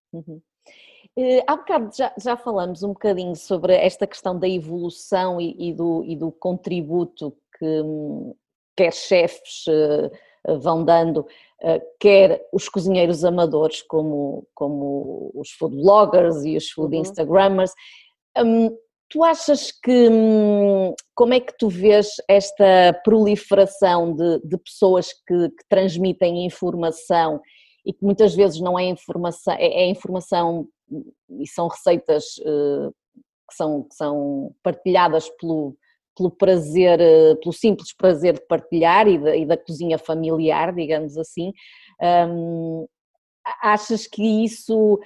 Há bocado já falamos um bocadinho sobre esta questão da evolução e do contributo que quer chefes vão dando, quer os cozinheiros amadores como os food bloggers e os food instagrammers. Tu achas que, como é que tu vês esta proliferação de pessoas que transmitem informação e que muitas vezes não é informação, é informação e são receitas que são partilhadas pelo prazer, pelo simples prazer de partilhar e da cozinha familiar, digamos assim. Achas que isso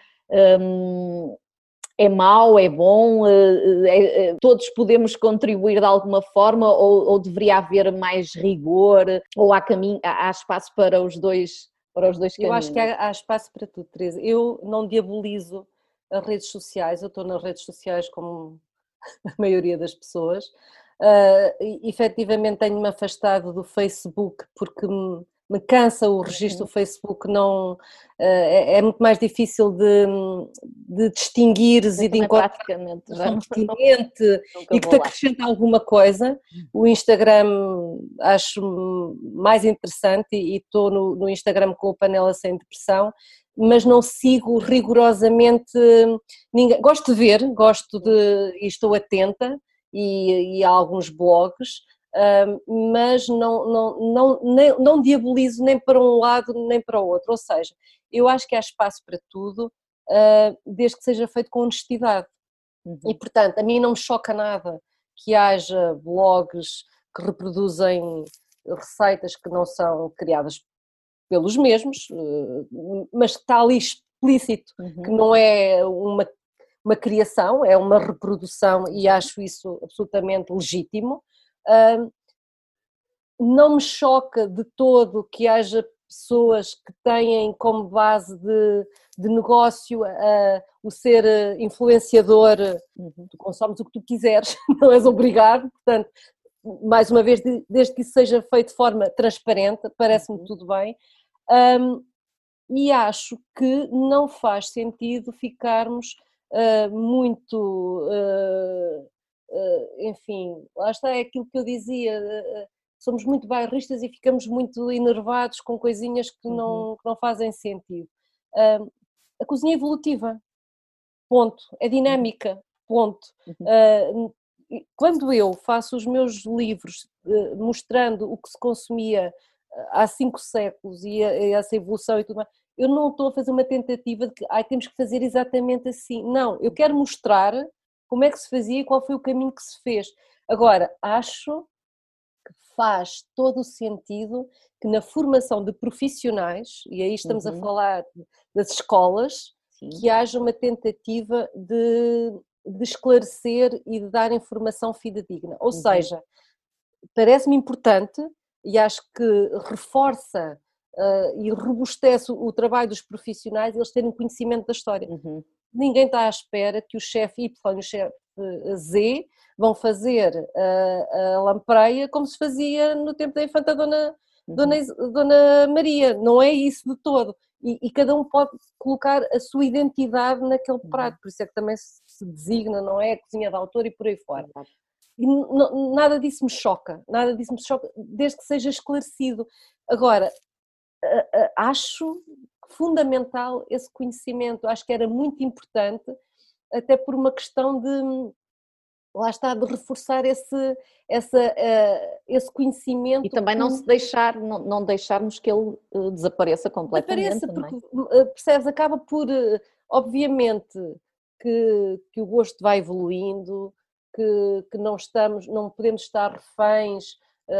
é mau, é bom? Todos podemos contribuir de alguma forma ou deveria haver mais rigor? Ou há espaço para os dois caminhos? Eu acho que há espaço para tudo, Teresa. Eu não diabolizo as redes sociais, eu estou nas redes sociais como a maioria das pessoas. Efetivamente tenho-me afastado do Facebook porque me cansa o registro do Facebook, não, é muito mais difícil de distinguires e de encontrar um pertinente e que te acrescenta alguma coisa. O Instagram acho mais interessante e estou no Instagram com o Panela Sem Depressão, mas não sigo rigorosamente ninguém. Gosto de ver, e estou atenta, e há alguns blogs, mas não diabolizo nem para um lado nem para o outro, ou seja, eu acho que há espaço para tudo, desde que seja feito com honestidade. E portanto, a mim não me choca nada que haja blogs que reproduzem receitas que não são criadas pelos mesmos, mas que está ali explícito que não é uma criação, é uma reprodução, e acho isso absolutamente legítimo. Não me choca de todo que haja pessoas que têm como base de negócio o ser influenciador. Tu consomes o que tu quiseres, não és obrigado, portanto, mais uma vez, desde que isso seja feito de forma transparente, parece-me tudo bem. E acho que não faz sentido ficarmos muito, enfim, lá está, é aquilo que eu dizia, somos muito bairristas e ficamos muito enervados com coisinhas que não fazem sentido. A cozinha é evolutiva, ponto, é dinâmica, ponto. Quando eu faço os meus livros mostrando o que se consumia há 5 séculos e essa evolução e tudo mais, eu não estou a fazer uma tentativa de que temos que fazer exatamente assim. Não, eu quero mostrar como é que se fazia e qual foi o caminho que se fez. Agora, acho que faz todo o sentido que na formação de profissionais, e aí estamos a falar das escolas, que haja uma tentativa de esclarecer e de dar informação fidedigna. Ou seja, parece-me importante e acho que reforça e robustece o trabalho dos profissionais eles terem conhecimento da história. Ninguém está à espera que o chefe Y e o chefe Z vão fazer a lampreia como se fazia no tempo da infanta Dona Maria. Não é isso de todo. E cada um pode colocar a sua identidade naquele prato, por isso é que também se designa, não é? A cozinha de autor e por aí fora. E nada disso me choca, desde que seja esclarecido. Agora, acho fundamental esse conhecimento, acho que era muito importante, até por uma questão de, lá está, de reforçar esse conhecimento. E também não deixarmos que ele desapareça completamente. Porque, percebes, acaba por, obviamente, que o gosto vai evoluindo, que não podemos estar reféns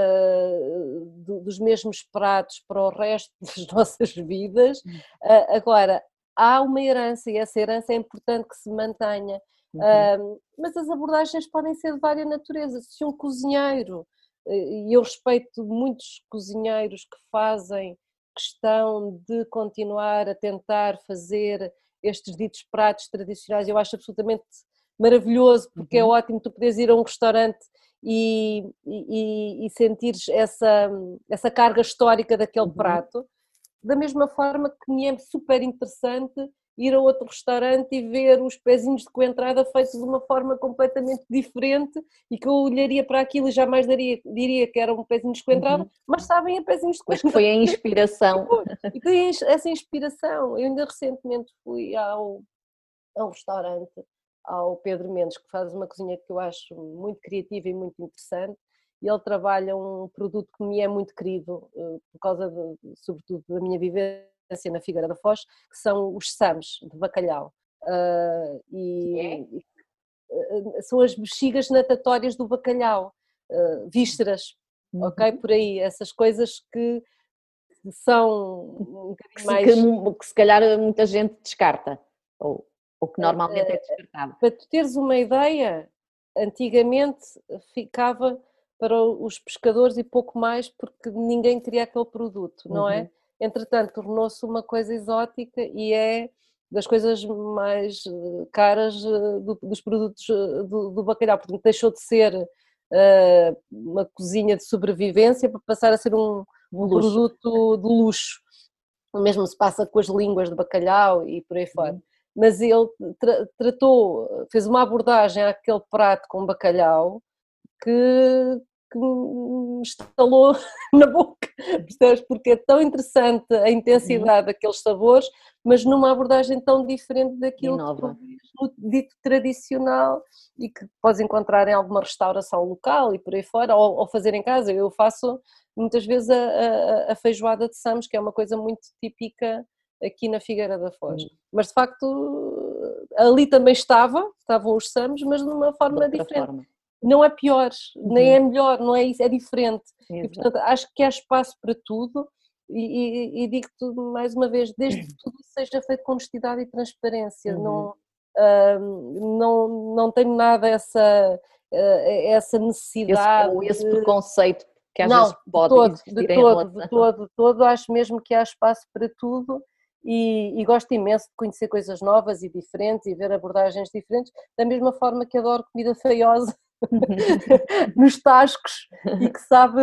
dos mesmos pratos para o resto das nossas vidas. Agora, há uma herança e essa herança é importante que se mantenha. Mas as abordagens podem ser de várias naturezas. Se um cozinheiro, e eu respeito muitos cozinheiros que fazem questão de continuar a tentar fazer estes ditos pratos tradicionais, eu acho absolutamente maravilhoso, porque é ótimo tu poderes ir a um restaurante e sentires essa carga histórica daquele prato. Da mesma forma que me é super interessante ir a outro restaurante e ver os pezinhos de coentrada feitos de uma forma completamente diferente e que eu olharia para aquilo e jamais diria que era um pezinho de coentrada, mas sabem a pezinhos de coentrada. Mas foi a inspiração. E tem essa inspiração. Eu ainda recentemente fui a um restaurante, ao Pedro Mendes, que faz uma cozinha que eu acho muito criativa e muito interessante, e ele trabalha um produto que me é muito querido, por causa, sobretudo, da minha vivência na Figueira da Foz, que são os SAMs de bacalhau. São as bexigas natatórias do bacalhau, vísceras, ok? Por aí, essas coisas que são um bocadinho mais... Que se calhar muita gente descarta, ou que normalmente é descartado. Para tu teres uma ideia, antigamente ficava para os pescadores e pouco mais, porque ninguém queria aquele produto, não é? Entretanto, tornou-se uma coisa exótica e é das coisas mais caras dos produtos do bacalhau, porque deixou de ser uma cozinha de sobrevivência para passar a ser um produto de luxo. O mesmo se passa com as línguas de bacalhau e por aí fora. Mas ele fez uma abordagem àquele prato com bacalhau que que me estalou na boca, percebes? Porque é tão interessante a intensidade daqueles sabores, mas numa abordagem tão diferente daquilo que tu vês no dito tradicional e que podes encontrar em alguma restauração local e por aí fora, ou fazer em casa. Eu faço muitas vezes a feijoada de Samos, que é uma coisa muito típica aqui na Figueira da Foz. Mas de facto ali também estavam os Samos, mas de uma forma diferente. Não é pior, nem é melhor, não é isso, é diferente. E portanto acho que há espaço para tudo e digo-te mais uma vez, desde que tudo seja feito com honestidade e transparência, não tenho nada essa necessidade. Esse preconceito que às vezes pode existir em relação. De todo, acho mesmo que há espaço para tudo e gosto imenso de conhecer coisas novas e diferentes e ver abordagens diferentes, da mesma forma que adoro comida feiosa nos tascos e que sabe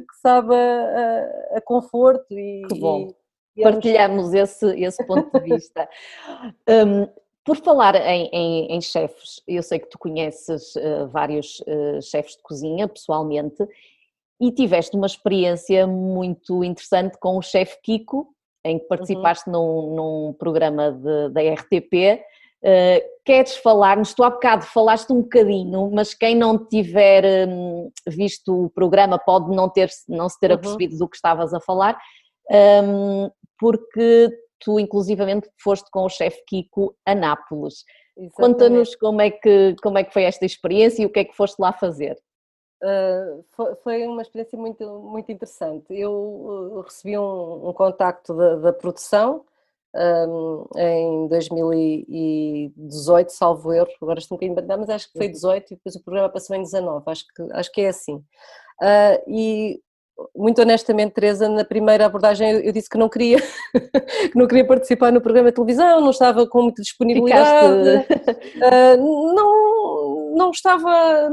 a conforto e, que bom. Partilhamos esse ponto de vista. Por falar em chefes, eu sei que tu conheces vários chefes de cozinha pessoalmente e tiveste uma experiência muito interessante com o chefe Kiko, em que participaste num programa da RTP. Queres falar-nos? Tu há bocado falaste um bocadinho, mas quem não tiver visto o programa pode não se ter apercebido do que estavas a falar, porque tu inclusivamente foste com o chefe Kiko a Nápoles. Exatamente. Conta-nos como é que foi esta experiência e o que é que foste lá fazer. Foi uma experiência muito, muito interessante. Eu recebi um contacto da produção em 2018, salvo erro, agora estou um bocadinho baralhada, mas acho que foi 18 e depois o programa passou em 19, acho que é assim. E muito honestamente, Teresa, na primeira abordagem eu disse que não queria, que não queria participar no programa de televisão, não estava com muita disponibilidade, não estava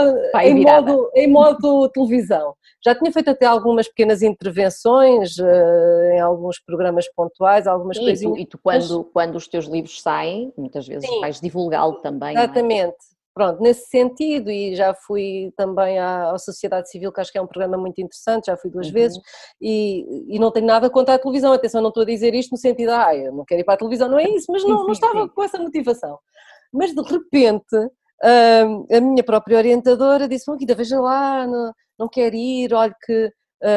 em modo televisão. Já tinha feito até algumas pequenas intervenções em alguns programas pontuais, algumas coisinhas. E tu quando os teus livros saem, muitas vezes vais divulgá-lo também. Exatamente. Não é? Pronto, nesse sentido, e já fui também à Sociedade Civil, que acho que é um programa muito interessante, já fui 2 vezes, e não tenho nada contra a televisão, atenção, não estou a dizer isto no sentido, eu não quero ir para a televisão, não é isso, mas não estava com essa motivação. Mas de repente, a minha própria orientadora disse, Guida, veja lá, não quero ir, olha que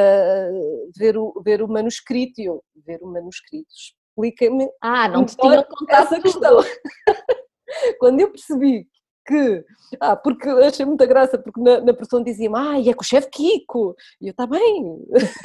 ver o manuscrito, e eu, ver o manuscrito, explica-me. Não te tinham contado essa questão. Quando eu percebi que, porque achei muita graça, porque na produção dizia-me, é com o chefe Kiko, e eu, está bem,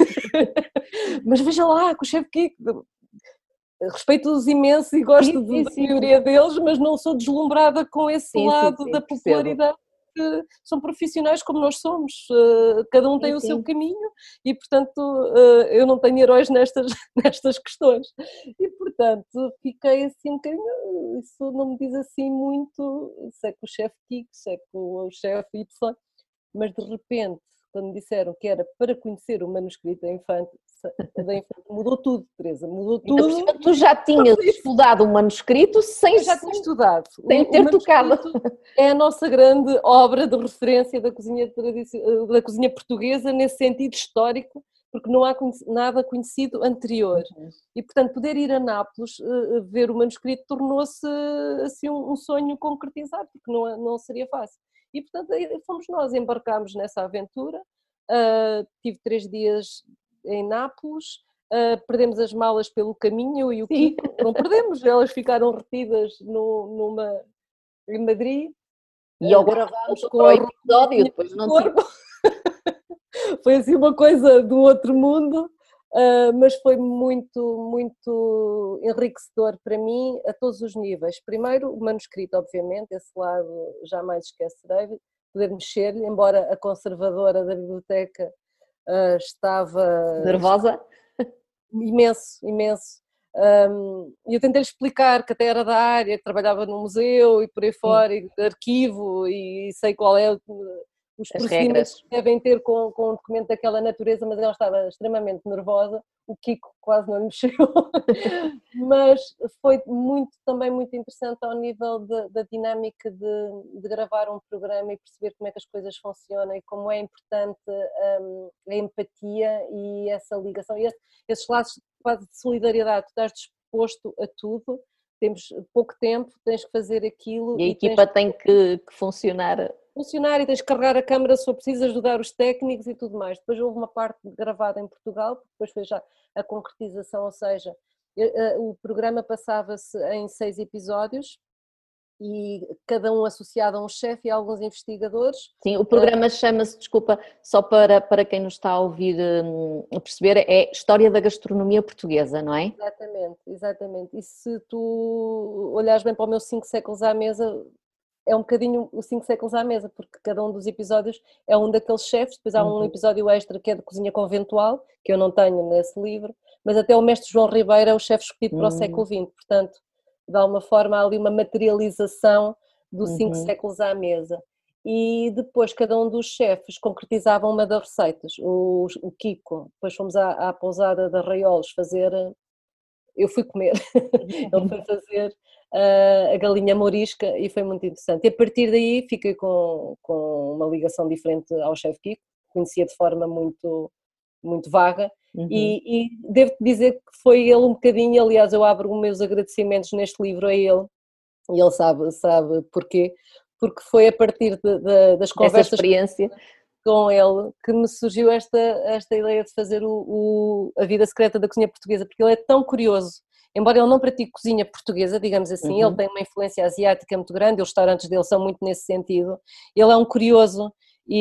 mas veja lá, com o chefe Kiko, respeito-os imenso e gosto da maioria deles, mas não sou deslumbrada com esse lado da popularidade, que são profissionais como nós somos, cada um tem o seu caminho e portanto eu não tenho heróis nestas questões e portanto fiquei assim um bocadinho, isso não me diz assim muito, sei que o chefe Kiko, sei que o chefe Y, mas de repente quando me disseram que era para conhecer o manuscrito da Infante, mudou tudo, Teresa, mudou tudo. Então, tu já tinhas estudado o manuscrito sem ter tocado. É a nossa grande obra de referência da cozinha portuguesa nesse sentido histórico, porque não há nada conhecido anterior. E, portanto, poder ir a Nápoles ver o manuscrito tornou-se assim um sonho concretizado, porque não seria fácil. E, portanto, fomos nós, embarcámos nessa aventura, tive 3 dias em Nápoles, perdemos as malas pelo caminho, eu e o Kiko, não perdemos, elas ficaram retidas em Madrid. E agora vamos com o episódio, depois não corpo. Foi assim uma coisa do outro mundo, mas foi muito, muito enriquecedor para mim a todos os níveis. Primeiro, o manuscrito, obviamente, esse lado jamais esquecerei, poder mexer-lhe, embora a conservadora da biblioteca estava... nervosa? Imenso. E eu tentei explicar que até era da área, que trabalhava no museu e por aí fora, e de arquivo, e sei qual é os As procedimentos regras. que devem ter com um documento daquela natureza, mas ela estava extremamente nervosa, o Kiko quase não lhe mexeu, mas foi também muito interessante ao nível da dinâmica de gravar um programa e perceber como é que as coisas funcionam e como é importante a empatia e essa ligação, e esses laços quase de solidariedade, tu estás disposto a tudo, temos pouco tempo, tens que fazer aquilo E a e equipa tem que funcionar. funcionar e tens que carregar a câmara se for preciso, ajudar os técnicos e tudo mais. Depois houve uma parte gravada em Portugal, depois foi já a concretização, ou seja, o programa passava-se em 6 episódios e cada um associado a um chefe e a alguns investigadores. Sim, o programa chama-se, desculpa, só para quem nos está a ouvir perceber, é História da Gastronomia Portuguesa, não é? Exatamente, exatamente. E se tu olhares bem para o meu 5 séculos à mesa, é um bocadinho os 5 séculos à mesa, porque cada um dos episódios é um daqueles chefes, depois há um episódio extra que é de cozinha conventual, que eu não tenho nesse livro, mas até o mestre João Ribeiro é o chefe escolhido para o século XX, portanto, de alguma forma há ali uma materialização dos 5 séculos à mesa. E depois cada um dos chefes concretizava uma das receitas. O Kiko, depois fomos à pousada de Arraiolos fazer, eu fui comer, ele foi fazer a galinha mourisca e foi muito interessante. E a partir daí fiquei com uma ligação diferente ao chefe Kiko, conhecia de forma muito, muito vaga e devo-te dizer que foi ele um bocadinho, aliás eu abro os meus agradecimentos neste livro a ele, e ele sabe porquê, porque foi a partir das conversas... Essa experiência com ele que me surgiu esta ideia de fazer a vida secreta da cozinha portuguesa, porque ele é tão curioso, embora ele não pratique cozinha portuguesa, digamos assim, ele tem uma influência asiática muito grande, os restaurantes dele são muito nesse sentido, ele é um curioso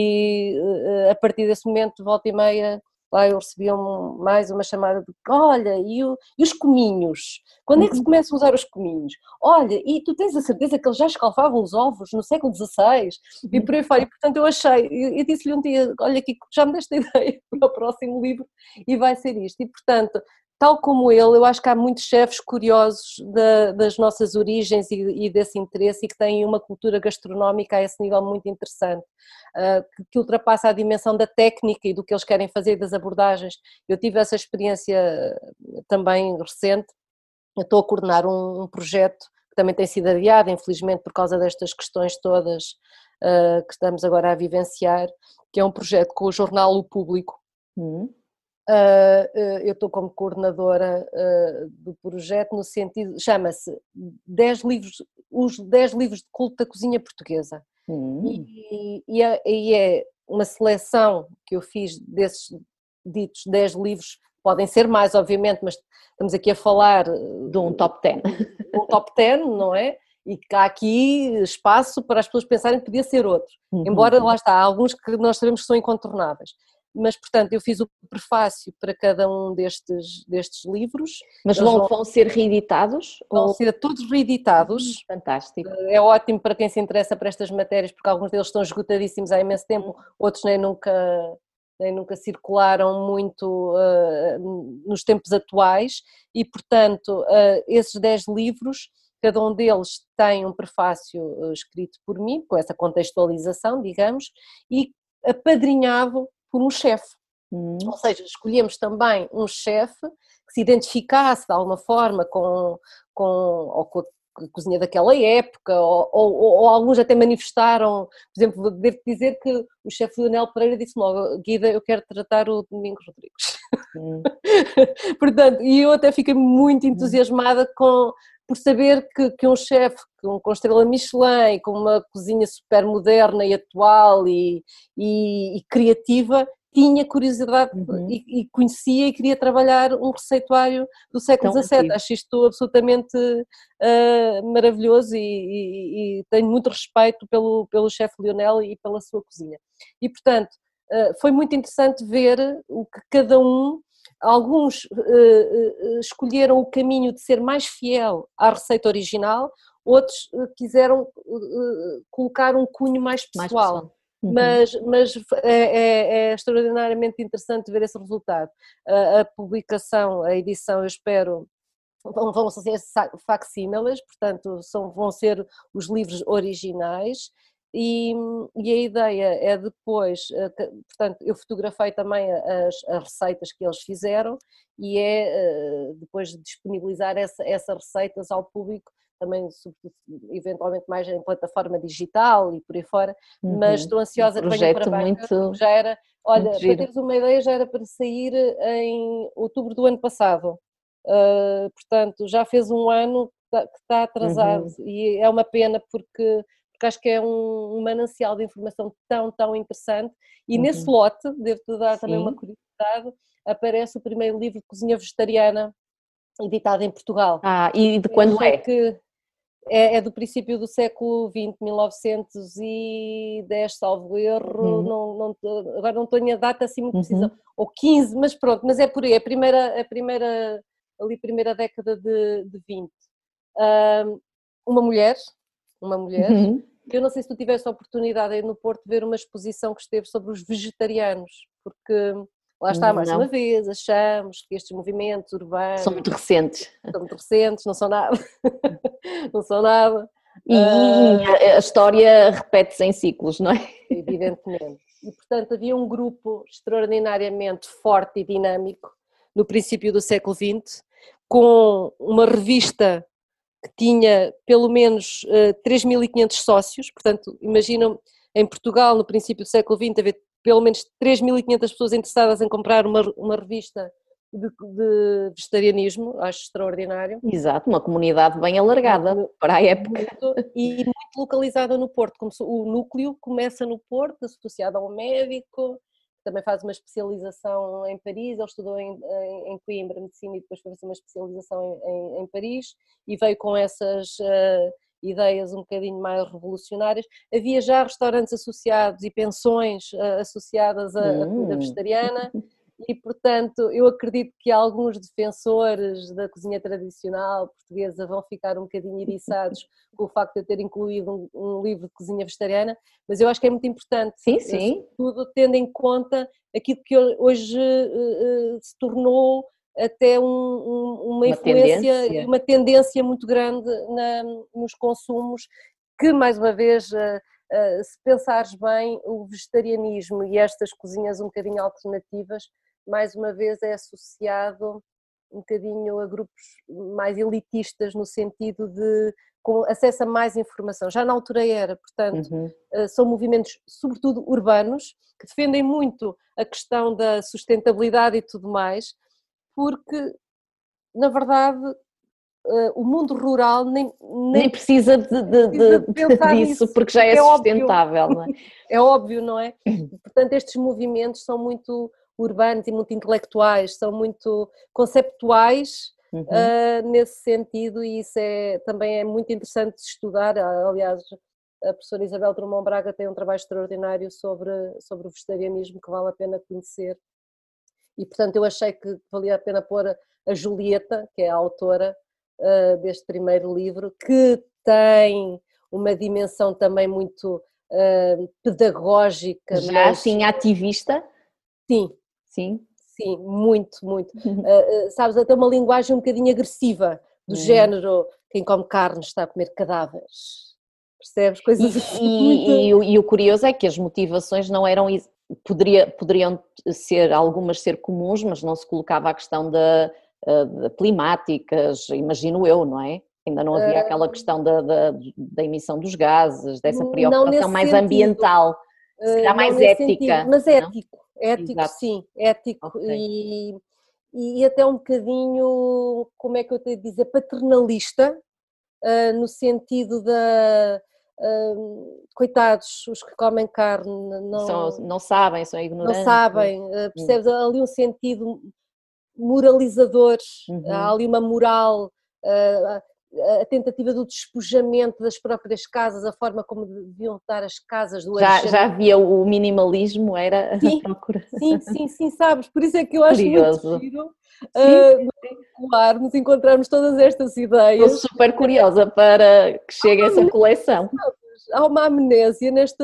e a partir desse momento, volta e meia, lá eu recebia mais uma chamada de olha, e os cominhos? Quando é que se começa a usar os cominhos? Olha, e tu tens a certeza que eles já escalfavam os ovos no século XVI? E por aí fora, e portanto eu achei, eu disse-lhe um dia, olha Kiko, já me deste a ideia para o próximo livro e vai ser isto. E portanto, tal como ele, eu acho que há muitos chefes curiosos das nossas origens e desse interesse e que têm uma cultura gastronómica a esse nível muito interessante, que ultrapassa a dimensão da técnica e do que eles querem fazer e das abordagens. Eu tive essa experiência também recente, eu estou a coordenar um projeto que também tem sido adiado, infelizmente por causa destas questões todas que estamos agora a vivenciar, que é um projeto com o jornal O Público. Eu estou como coordenadora do projeto no sentido, chama-se os 10 livros de culto da cozinha portuguesa. E é uma seleção que eu fiz desses ditos 10 livros, podem ser mais obviamente, mas estamos aqui a falar de um top 10. Um top 10, não é? E que há aqui espaço para as pessoas pensarem que podia ser outro, embora lá está, há alguns que nós sabemos que são incontornáveis. Mas, portanto, eu fiz o prefácio para cada um destes livros. Mas vão ser reeditados? Vão ser todos reeditados. Fantástico. É ótimo para quem se interessa por estas matérias, porque alguns deles estão esgotadíssimos há imenso tempo, outros nem nunca circularam muito nos tempos atuais e, portanto, esses 10 livros, cada um deles tem um prefácio escrito por mim, com essa contextualização, digamos, e apadrinhado por um chefe, ou seja, escolhemos também um chefe que se identificasse de alguma forma com a cozinha daquela época, ou alguns até manifestaram, por exemplo, devo dizer que o chefe Leonel Pereira disse logo, Guida, eu quero tratar o Domingos Rodrigues. Portanto, e eu até fiquei muito entusiasmada por saber que um chefe com estrela Michelin, com uma cozinha super moderna e atual e criativa, tinha curiosidade e conhecia e queria trabalhar um receituário do século XVII. Acho isto absolutamente maravilhoso e tenho muito respeito pelo chefe Leonel e pela sua cozinha. E, portanto, foi muito interessante ver o que cada um... Alguns escolheram o caminho de ser mais fiel à receita original, outros quiseram colocar um cunho mais pessoal. Mas é extraordinariamente interessante ver esse resultado. A publicação, a edição, eu espero, vão ser facsímiles, portanto vão ser os livros originais. e a ideia é depois, portanto, eu fotografei também as receitas que eles fizeram e é depois disponibilizar essas receitas ao público, também eventualmente mais em plataforma digital e por aí fora, mas estou ansiosa que venha para baixo, porque já era, olha, para teres uma ideia, já era para sair em outubro do ano passado, portanto já fez um ano que está atrasado e é uma pena porque acho que é um manancial de informação tão interessante e nesse lote, devo-te dar também uma curiosidade, aparece o primeiro livro de cozinha vegetariana editado em Portugal. E de quando é? Que é do princípio do século XX, 1910, salvo erro, agora não tenho a data assim muito precisa, ou 15, mas pronto, mas é por aí, a primeira década de 20. Uma mulher, eu não sei se tu tiveste a oportunidade aí no Porto de ver uma exposição que esteve sobre os vegetarianos, porque lá está, mais uma vez, achamos que estes movimentos urbanos são muito recentes, não são nada, não são nada. E a história repete-se em ciclos, não é? Evidentemente. E portanto havia um grupo extraordinariamente forte e dinâmico no princípio do século XX, com uma revista que tinha pelo menos 3.500 sócios, portanto, imaginam em Portugal no princípio do século XX haver pelo menos 3.500 pessoas interessadas em comprar uma revista de vegetarianismo, acho extraordinário. Exato, uma comunidade bem alargada para a época. E muito localizada no Porto, como o núcleo começa no Porto, associado a um médico, também faz uma especialização em Paris, ele estudou em Coimbra medicina e depois foi fazer uma especialização em Paris e veio com essas ideias um bocadinho mais revolucionárias. Havia já restaurantes associados e pensões associadas à comida vegetariana e, portanto, eu acredito que alguns defensores da cozinha tradicional portuguesa vão ficar um bocadinho eriçados com o facto de eu ter incluído um livro de cozinha vegetariana, mas eu acho que é muito importante, sobretudo tendo em conta aquilo que hoje se tornou até uma influência, uma tendência muito grande nos consumos, que mais uma vez, se pensares bem, o vegetarianismo e estas cozinhas um bocadinho alternativas, mais uma vez é associado um bocadinho a grupos mais elitistas no sentido de com acesso a mais informação, já na altura era, portanto, são movimentos sobretudo urbanos, que defendem muito a questão da sustentabilidade e tudo mais, porque, na verdade, o mundo rural nem precisa disso, porque já é sustentável, óbvio. Não é? É óbvio, não é? Portanto, estes movimentos são muito urbanos e muito intelectuais, são muito conceptuais nesse sentido e isso também é muito interessante de estudar. Aliás, a professora Isabel Drummond Braga tem um trabalho extraordinário sobre o vegetarianismo que vale a pena conhecer. E, portanto, eu achei que valia a pena pôr a Julieta, que é a autora deste primeiro livro, que tem uma dimensão também muito pedagógica. Já assim ativista? Sim, muito. Sabes, até uma linguagem um bocadinho agressiva, do género, quem come carne está a comer cadáveres. Percebes? Coisas assim. E o curioso é que as motivações não eram... Poderiam algumas ser comuns, mas não se colocava a questão de climáticas, imagino eu, não é? Ainda não havia aquela questão da emissão dos gases, dessa preocupação mais ambiental, se calhar mais ética. Sentido, mas ético sim, ético e até um bocadinho, como é que eu tenho de dizer, paternalista, no sentido da... coitados, os que comem carne não sabem, são ignorantes. Não sabem, percebes ali um sentido moralizador, há ali uma moral, a tentativa do despojamento das próprias casas, a forma como deviam estar as casas do já havia o minimalismo, era a procura. Sim, sabes, por isso é que eu acho curioso. Muito giro nos encontrarmos todas estas ideias. Estou super curiosa para que chegue essa coleção. Há uma amnésia nisto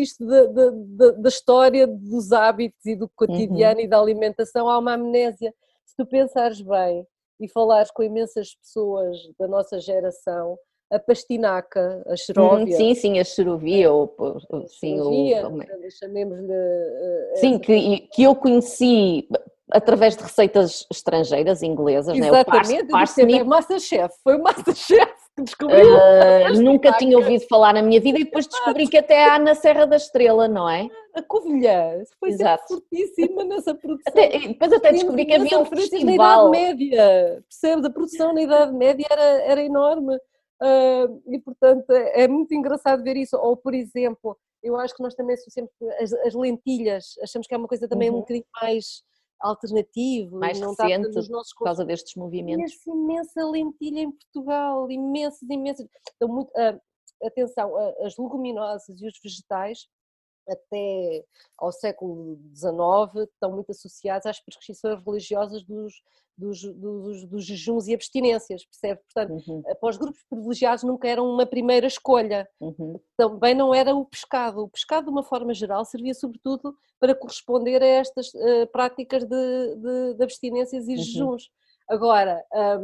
da história dos hábitos e do cotidiano e da alimentação, há uma amnésia. Se tu pensares bem e falares com imensas pessoas da nossa geração, a pastinaca, a xeróvia. Sim, a xerovia, chamemos-lhe... Sim, que eu conheci através de receitas estrangeiras, inglesas, né? O Exatamente, parsnip. Foi o Masterchef que descobriu. Nunca tinha ouvido falar na minha vida e depois descobri que até há na Serra da Estrela, não é? A Covilhã foi sempre fortíssima nessa produção. Depois até descobri que havia um festival. Na Idade Média, percebes? A produção na Idade Média era enorme. E portanto é muito engraçado ver isso. Ou por exemplo, eu acho que nós também associamos as lentilhas, achamos que é uma coisa também um bocadinho mais alternativo, mais não recente, está nos nossos por causa destes movimentos. Conhece imensa lentilha em Portugal, imensas. Então, atenção, as leguminosas e os vegetais até ao século XIX estão muito associados às prescrições religiosas dos jejuns e abstinências, percebe? Portanto, para os grupos privilegiados nunca eram uma primeira escolha. Também não era o pescado. O pescado, de uma forma geral, servia sobretudo para corresponder a estas práticas de abstinências e jejuns. Agora,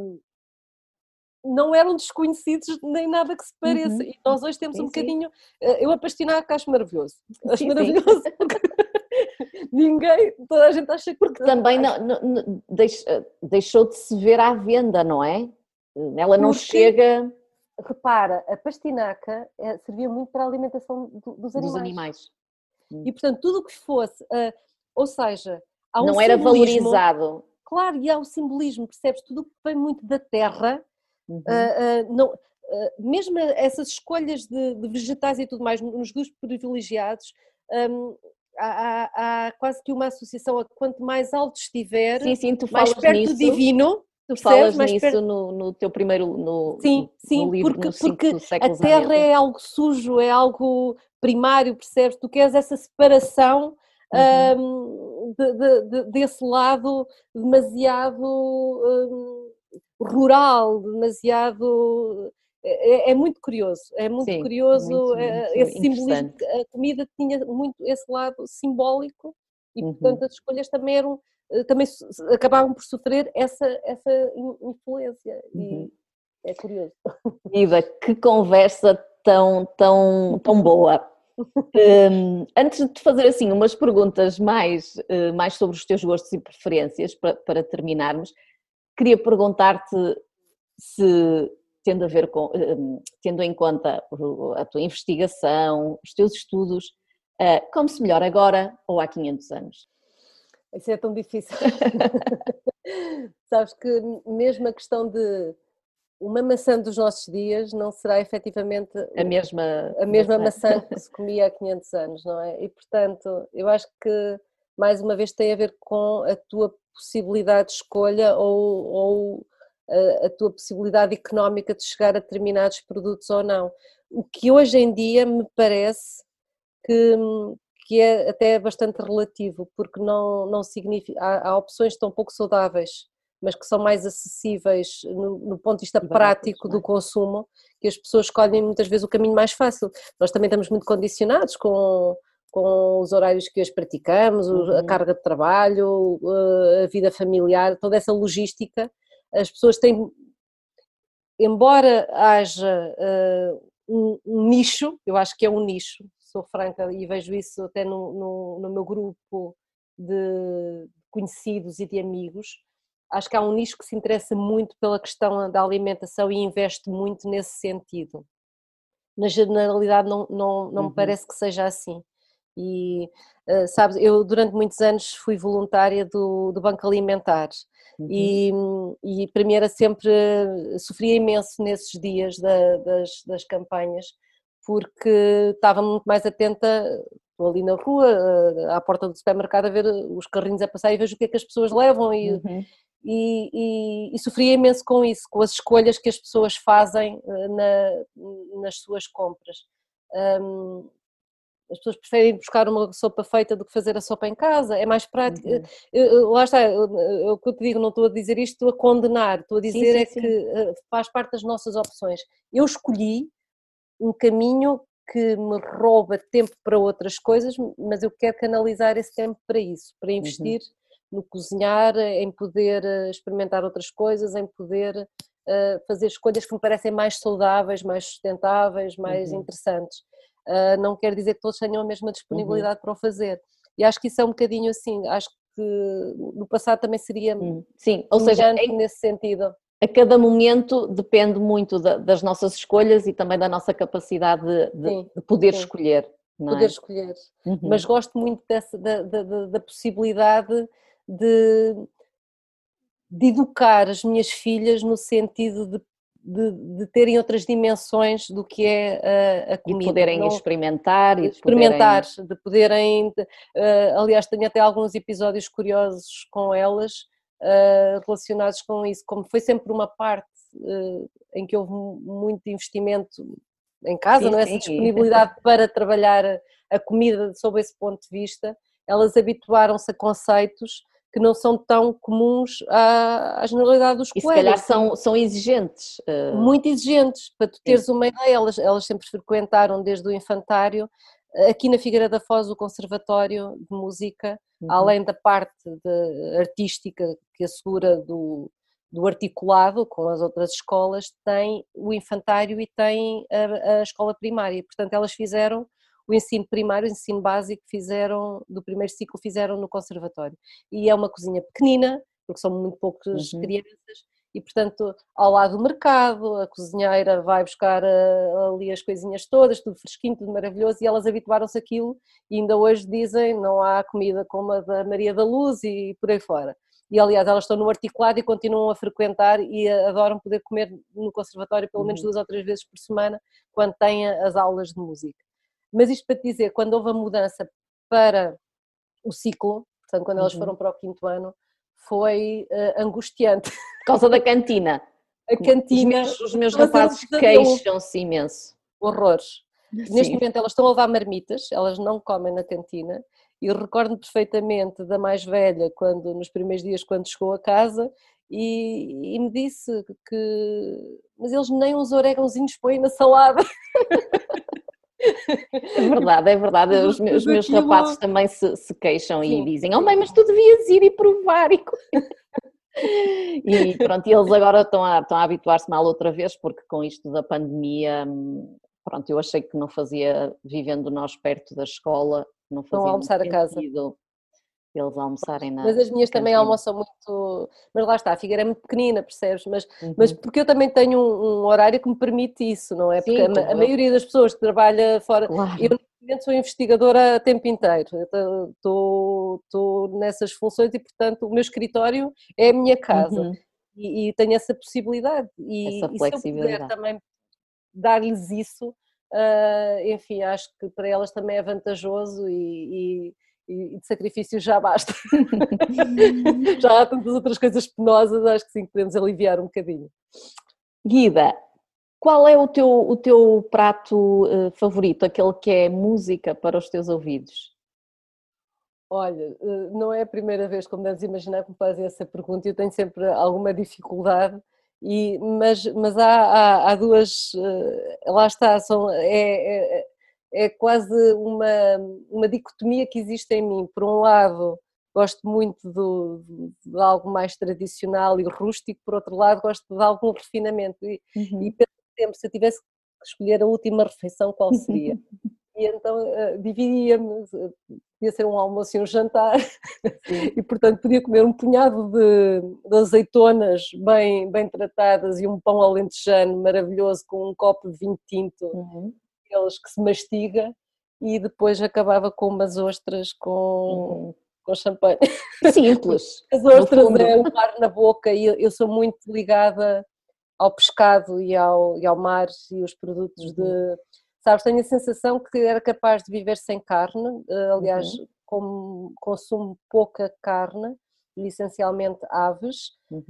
não eram desconhecidos nem nada que se pareça. E nós hoje temos um bocadinho... Eu a pastinaca acho maravilhoso. Acho maravilhoso. Toda a gente acha que... Porque também deixou de se ver à venda, não é? Ela não chega... Repara, a pastinaca servia muito para a alimentação dos animais. E portanto, tudo o que fosse... ou seja, há um não era valorizado. Claro, e há o simbolismo, percebes? Tudo o que vem muito da terra... mesmo essas escolhas de vegetais e tudo mais nos grupos privilegiados, há quase que uma associação a quanto mais alto estiver, mais perto nisso, do divino. Tu falas nisso no teu primeiro no livro, porque a terra é algo sujo, é algo primário, percebes? Tu queres essa separação desse lado demasiado rural, demasiado... É muito curioso, curioso esse simbolismo. A comida tinha muito esse lado simbólico e portanto as escolhas também acabavam por sofrer essa influência e é curioso. Ida, que conversa tão boa! Antes de te fazer assim umas perguntas mais sobre os teus gostos e preferências para terminarmos, queria perguntar-te se, tendo em conta a tua investigação, os teus estudos, come-se melhor agora ou há 500 anos? Isso é tão difícil. Sabes que mesmo a questão de uma maçã dos nossos dias não será efetivamente a mesma maçã que se comia há 500 anos, não é? E portanto, eu acho que mais uma vez tem a ver com a tua possibilidade de escolha ou a tua possibilidade económica de chegar a determinados produtos ou não. O que hoje em dia me parece que é até bastante relativo, porque não significa... Há opções tão pouco saudáveis, mas que são mais acessíveis no ponto de vista prático do consumo, que as pessoas escolhem muitas vezes o caminho mais fácil. Nós também estamos muito condicionados com os horários que hoje praticamos, a carga de trabalho, a vida familiar, toda essa logística. As pessoas têm, embora haja um nicho, eu acho que é um nicho, sou franca e vejo isso até no meu grupo de conhecidos e de amigos, acho que há um nicho que se interessa muito pela questão da alimentação e investe muito nesse sentido. Na generalidade não me parece que seja assim. E sabes, eu durante muitos anos fui voluntária do Banco Alimentar e para mim era sempre, sofria imenso nesses dias das campanhas, porque estava muito mais atenta, estou ali na rua, à porta do supermercado a ver os carrinhos a passar e vejo o que é que as pessoas levam e sofria imenso com isso, com as escolhas que as pessoas fazem nas suas compras. As pessoas preferem buscar uma sopa feita do que fazer a sopa em casa, é mais prático. Lá está, o que eu te digo, não estou a dizer isto, estou a condenar, estou a dizer que faz parte das nossas opções. Eu escolhi um caminho que me rouba tempo para outras coisas, mas eu quero canalizar esse tempo para isso, para investir no cozinhar, em poder experimentar outras coisas, em poder fazer escolhas que me parecem mais saudáveis, mais sustentáveis, mais interessantes. Não quer dizer que todos tenham a mesma disponibilidade para o fazer. E acho que isso é um bocadinho assim, acho que no passado também seria sim, ou seja, nesse sentido. A cada momento depende muito das nossas escolhas e também da nossa capacidade de poder escolher. Não poder é? escolher. Mas gosto muito da possibilidade de educar as minhas filhas no sentido de terem outras dimensões do que é a comida. E poderem experimentar. De poderem... aliás, tenho até alguns episódios curiosos com elas relacionados com isso. Como foi sempre uma parte em que houve muito investimento em casa, não é? Essa disponibilidade para trabalhar a comida sob esse ponto de vista, elas habituaram-se a conceitos que não são tão comuns à generalidade dos colegas. E se calhar são exigentes. Muito exigentes, para tu teres uma ideia, elas sempre frequentaram desde o infantário, aqui na Figueira da Foz, o Conservatório de Música, além da parte artística que assegura do articulado com as outras escolas, tem o infantário e tem a escola primária, portanto elas fizeram o ensino primário, o ensino básico do primeiro ciclo fizeram no conservatório. E é uma cozinha pequenina, porque são muito poucas crianças, e portanto ao lado do mercado, a cozinheira vai buscar ali as coisinhas todas, tudo fresquinho, tudo maravilhoso, e elas habituaram-se àquilo, e ainda hoje dizem não há comida como a da Maria da Luz e por aí fora. E aliás elas estão no articulado e continuam a frequentar e adoram poder comer no conservatório pelo menos 2 ou 3 vezes por semana, quando têm as aulas de música. Mas isto para te dizer, quando houve a mudança para o ciclo, portanto quando elas foram para o 5º ano, foi angustiante. Por causa da cantina. A cantina. Os meus rapazes queixam-se imenso. Horrores. Sim. Neste momento elas estão a levar marmitas, elas não comem na cantina. E eu recordo-me perfeitamente da mais velha, nos primeiros dias, quando chegou a casa, e me disse que... Mas eles nem uns orégãozinhos põem na salada. É verdade. Os meus rapazes também se queixam e dizem, mãe, mas tu devias ir e provar. E pronto, eles agora estão a habituar-se mal outra vez, porque com isto da pandemia, pronto, eu achei que não fazia, vivendo nós perto da escola, não fazia almoçar a casa. Eles almoçarem na Mas as minhas também almoçam muito, mas lá está, a Figueira é muito pequenina, percebes? Mas porque eu também tenho um horário que me permite isso, não é? Porque a maioria das pessoas que trabalha fora, eu neste momento sou investigadora a tempo inteiro, estou nessas funções e portanto o meu escritório é a minha casa e tenho essa possibilidade e se eu puder também dar-lhes isso, enfim, acho que para elas também é vantajoso e de sacrifício já basta. Já há tantas outras coisas penosas, acho que sim, podemos aliviar um bocadinho. Guida, qual é o teu prato favorito, aquele que é música para os teus ouvidos? Olha, não é a primeira vez, como deves imaginar, que me fazem essa pergunta, eu tenho sempre alguma dificuldade, mas há duas, lá está, é quase uma dicotomia que existe em mim. Por um lado, gosto muito de algo mais tradicional e rústico, por outro lado, gosto de algum refinamento. E pelo tempo, se eu tivesse que escolher a última refeição, qual seria? E então dividia-me, podia ser um almoço e um jantar, e portanto podia comer um punhado de azeitonas bem tratadas e um pão alentejano maravilhoso com um copo de vinho tinto. Aqueles que se mastiga, e depois acabava com umas ostras com champanhe. Simples. As ostras é o mar na boca, e eu sou muito ligada ao pescado e ao mar e os produtos sabes, tenho a sensação que era capaz de viver sem carne, aliás, consumo pouca carne, essencialmente aves,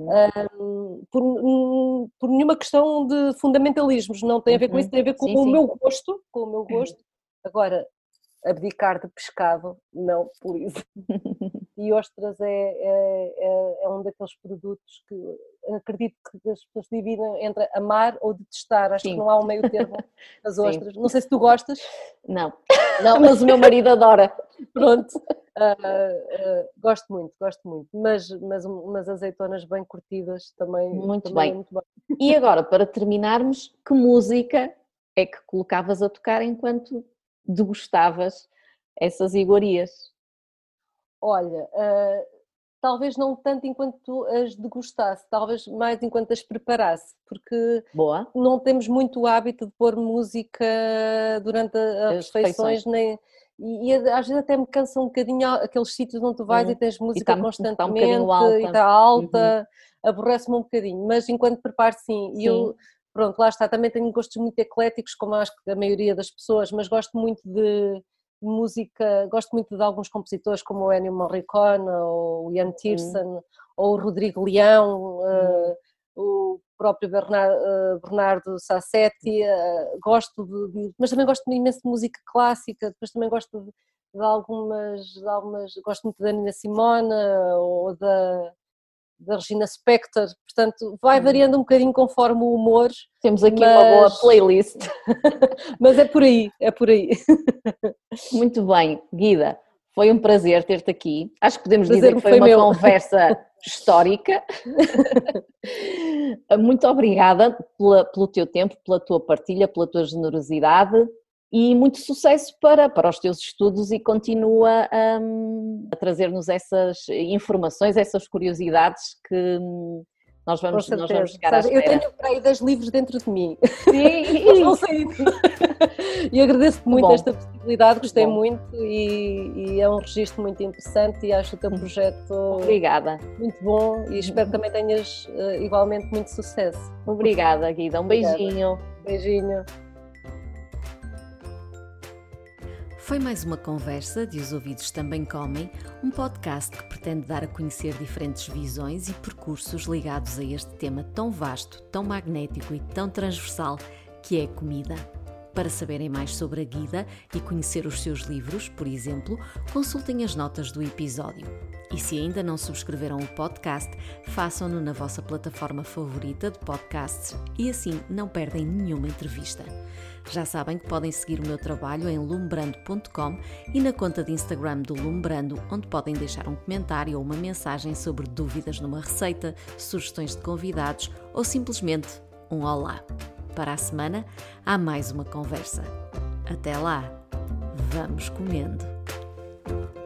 por nenhuma questão de fundamentalismos, não tem a ver com isso, tem a ver com o meu gosto, Agora, abdicar de pescado, não, por isso. E ostras é um daqueles produtos que acredito que as pessoas dividem entre amar ou detestar, acho que não há um meio termo das ostras. Não sei se tu gostas. Não, mas o meu marido adora. Pronto. Gosto muito, mas umas azeitonas bem curtidas também, Muito também bem. é muito bem. E agora, para terminarmos, que música é que colocavas a tocar enquanto degustavas essas iguarias? Olha, talvez não tanto enquanto as degustasse, talvez mais enquanto as preparasse, porque Boa. não temos muito o hábito de pôr música durante as refeições, e às vezes até me cansa um bocadinho aqueles sítios onde tu vais e tens música constantemente está um bocadinho alta. e está alta, aborrece-me um bocadinho, mas enquanto preparo sim. E eu, pronto, lá está, também tenho gostos muito ecléticos, como acho que a maioria das pessoas, mas gosto muito de música, gosto muito de alguns compositores como o Ennio Morricone, ou o Ian Tiersen, ou o Rodrigo Leão, o próprio Bernardo Sassetti, gosto mas também gosto imenso de música clássica, depois também gosto de algumas, gosto muito da Nina Simone ou da Regina Spektor, portanto vai variando um bocadinho conforme o humor. Temos aqui uma boa playlist. Mas é por aí, é por aí. Muito bem, Guida, foi um prazer ter-te aqui. Acho que podemos dizer que foi uma conversa histórica. Muito obrigada pelo teu tempo, pela tua partilha, pela tua generosidade e muito sucesso para os teus estudos e continua a trazer-nos essas informações, essas curiosidades que nós vamos ficar à espera. Eu tenho para aí 10 livros dentro de mim. Sim. Mas não sei. E agradeço-te muito esta possibilidade, gostei muito e é um registro muito interessante e acho o teu projeto Obrigada. Muito bom e espero que também tenhas igualmente muito sucesso. Obrigada, Guida. Um beijinho. Beijinho. Foi mais uma conversa de Os Ouvidos Também Comem, um podcast que pretende dar a conhecer diferentes visões e percursos ligados a este tema tão vasto, tão magnético e tão transversal que é a comida. Para saberem mais sobre a Guida e conhecer os seus livros, por exemplo, consultem as notas do episódio. E se ainda não subscreveram o podcast, façam-no na vossa plataforma favorita de podcasts e assim não perdem nenhuma entrevista. Já sabem que podem seguir o meu trabalho em lumbrando.com e na conta de Instagram do Lumbrando, onde podem deixar um comentário ou uma mensagem sobre dúvidas numa receita, sugestões de convidados ou simplesmente um olá. Para a semana, há mais uma conversa. Até lá, vamos comendo!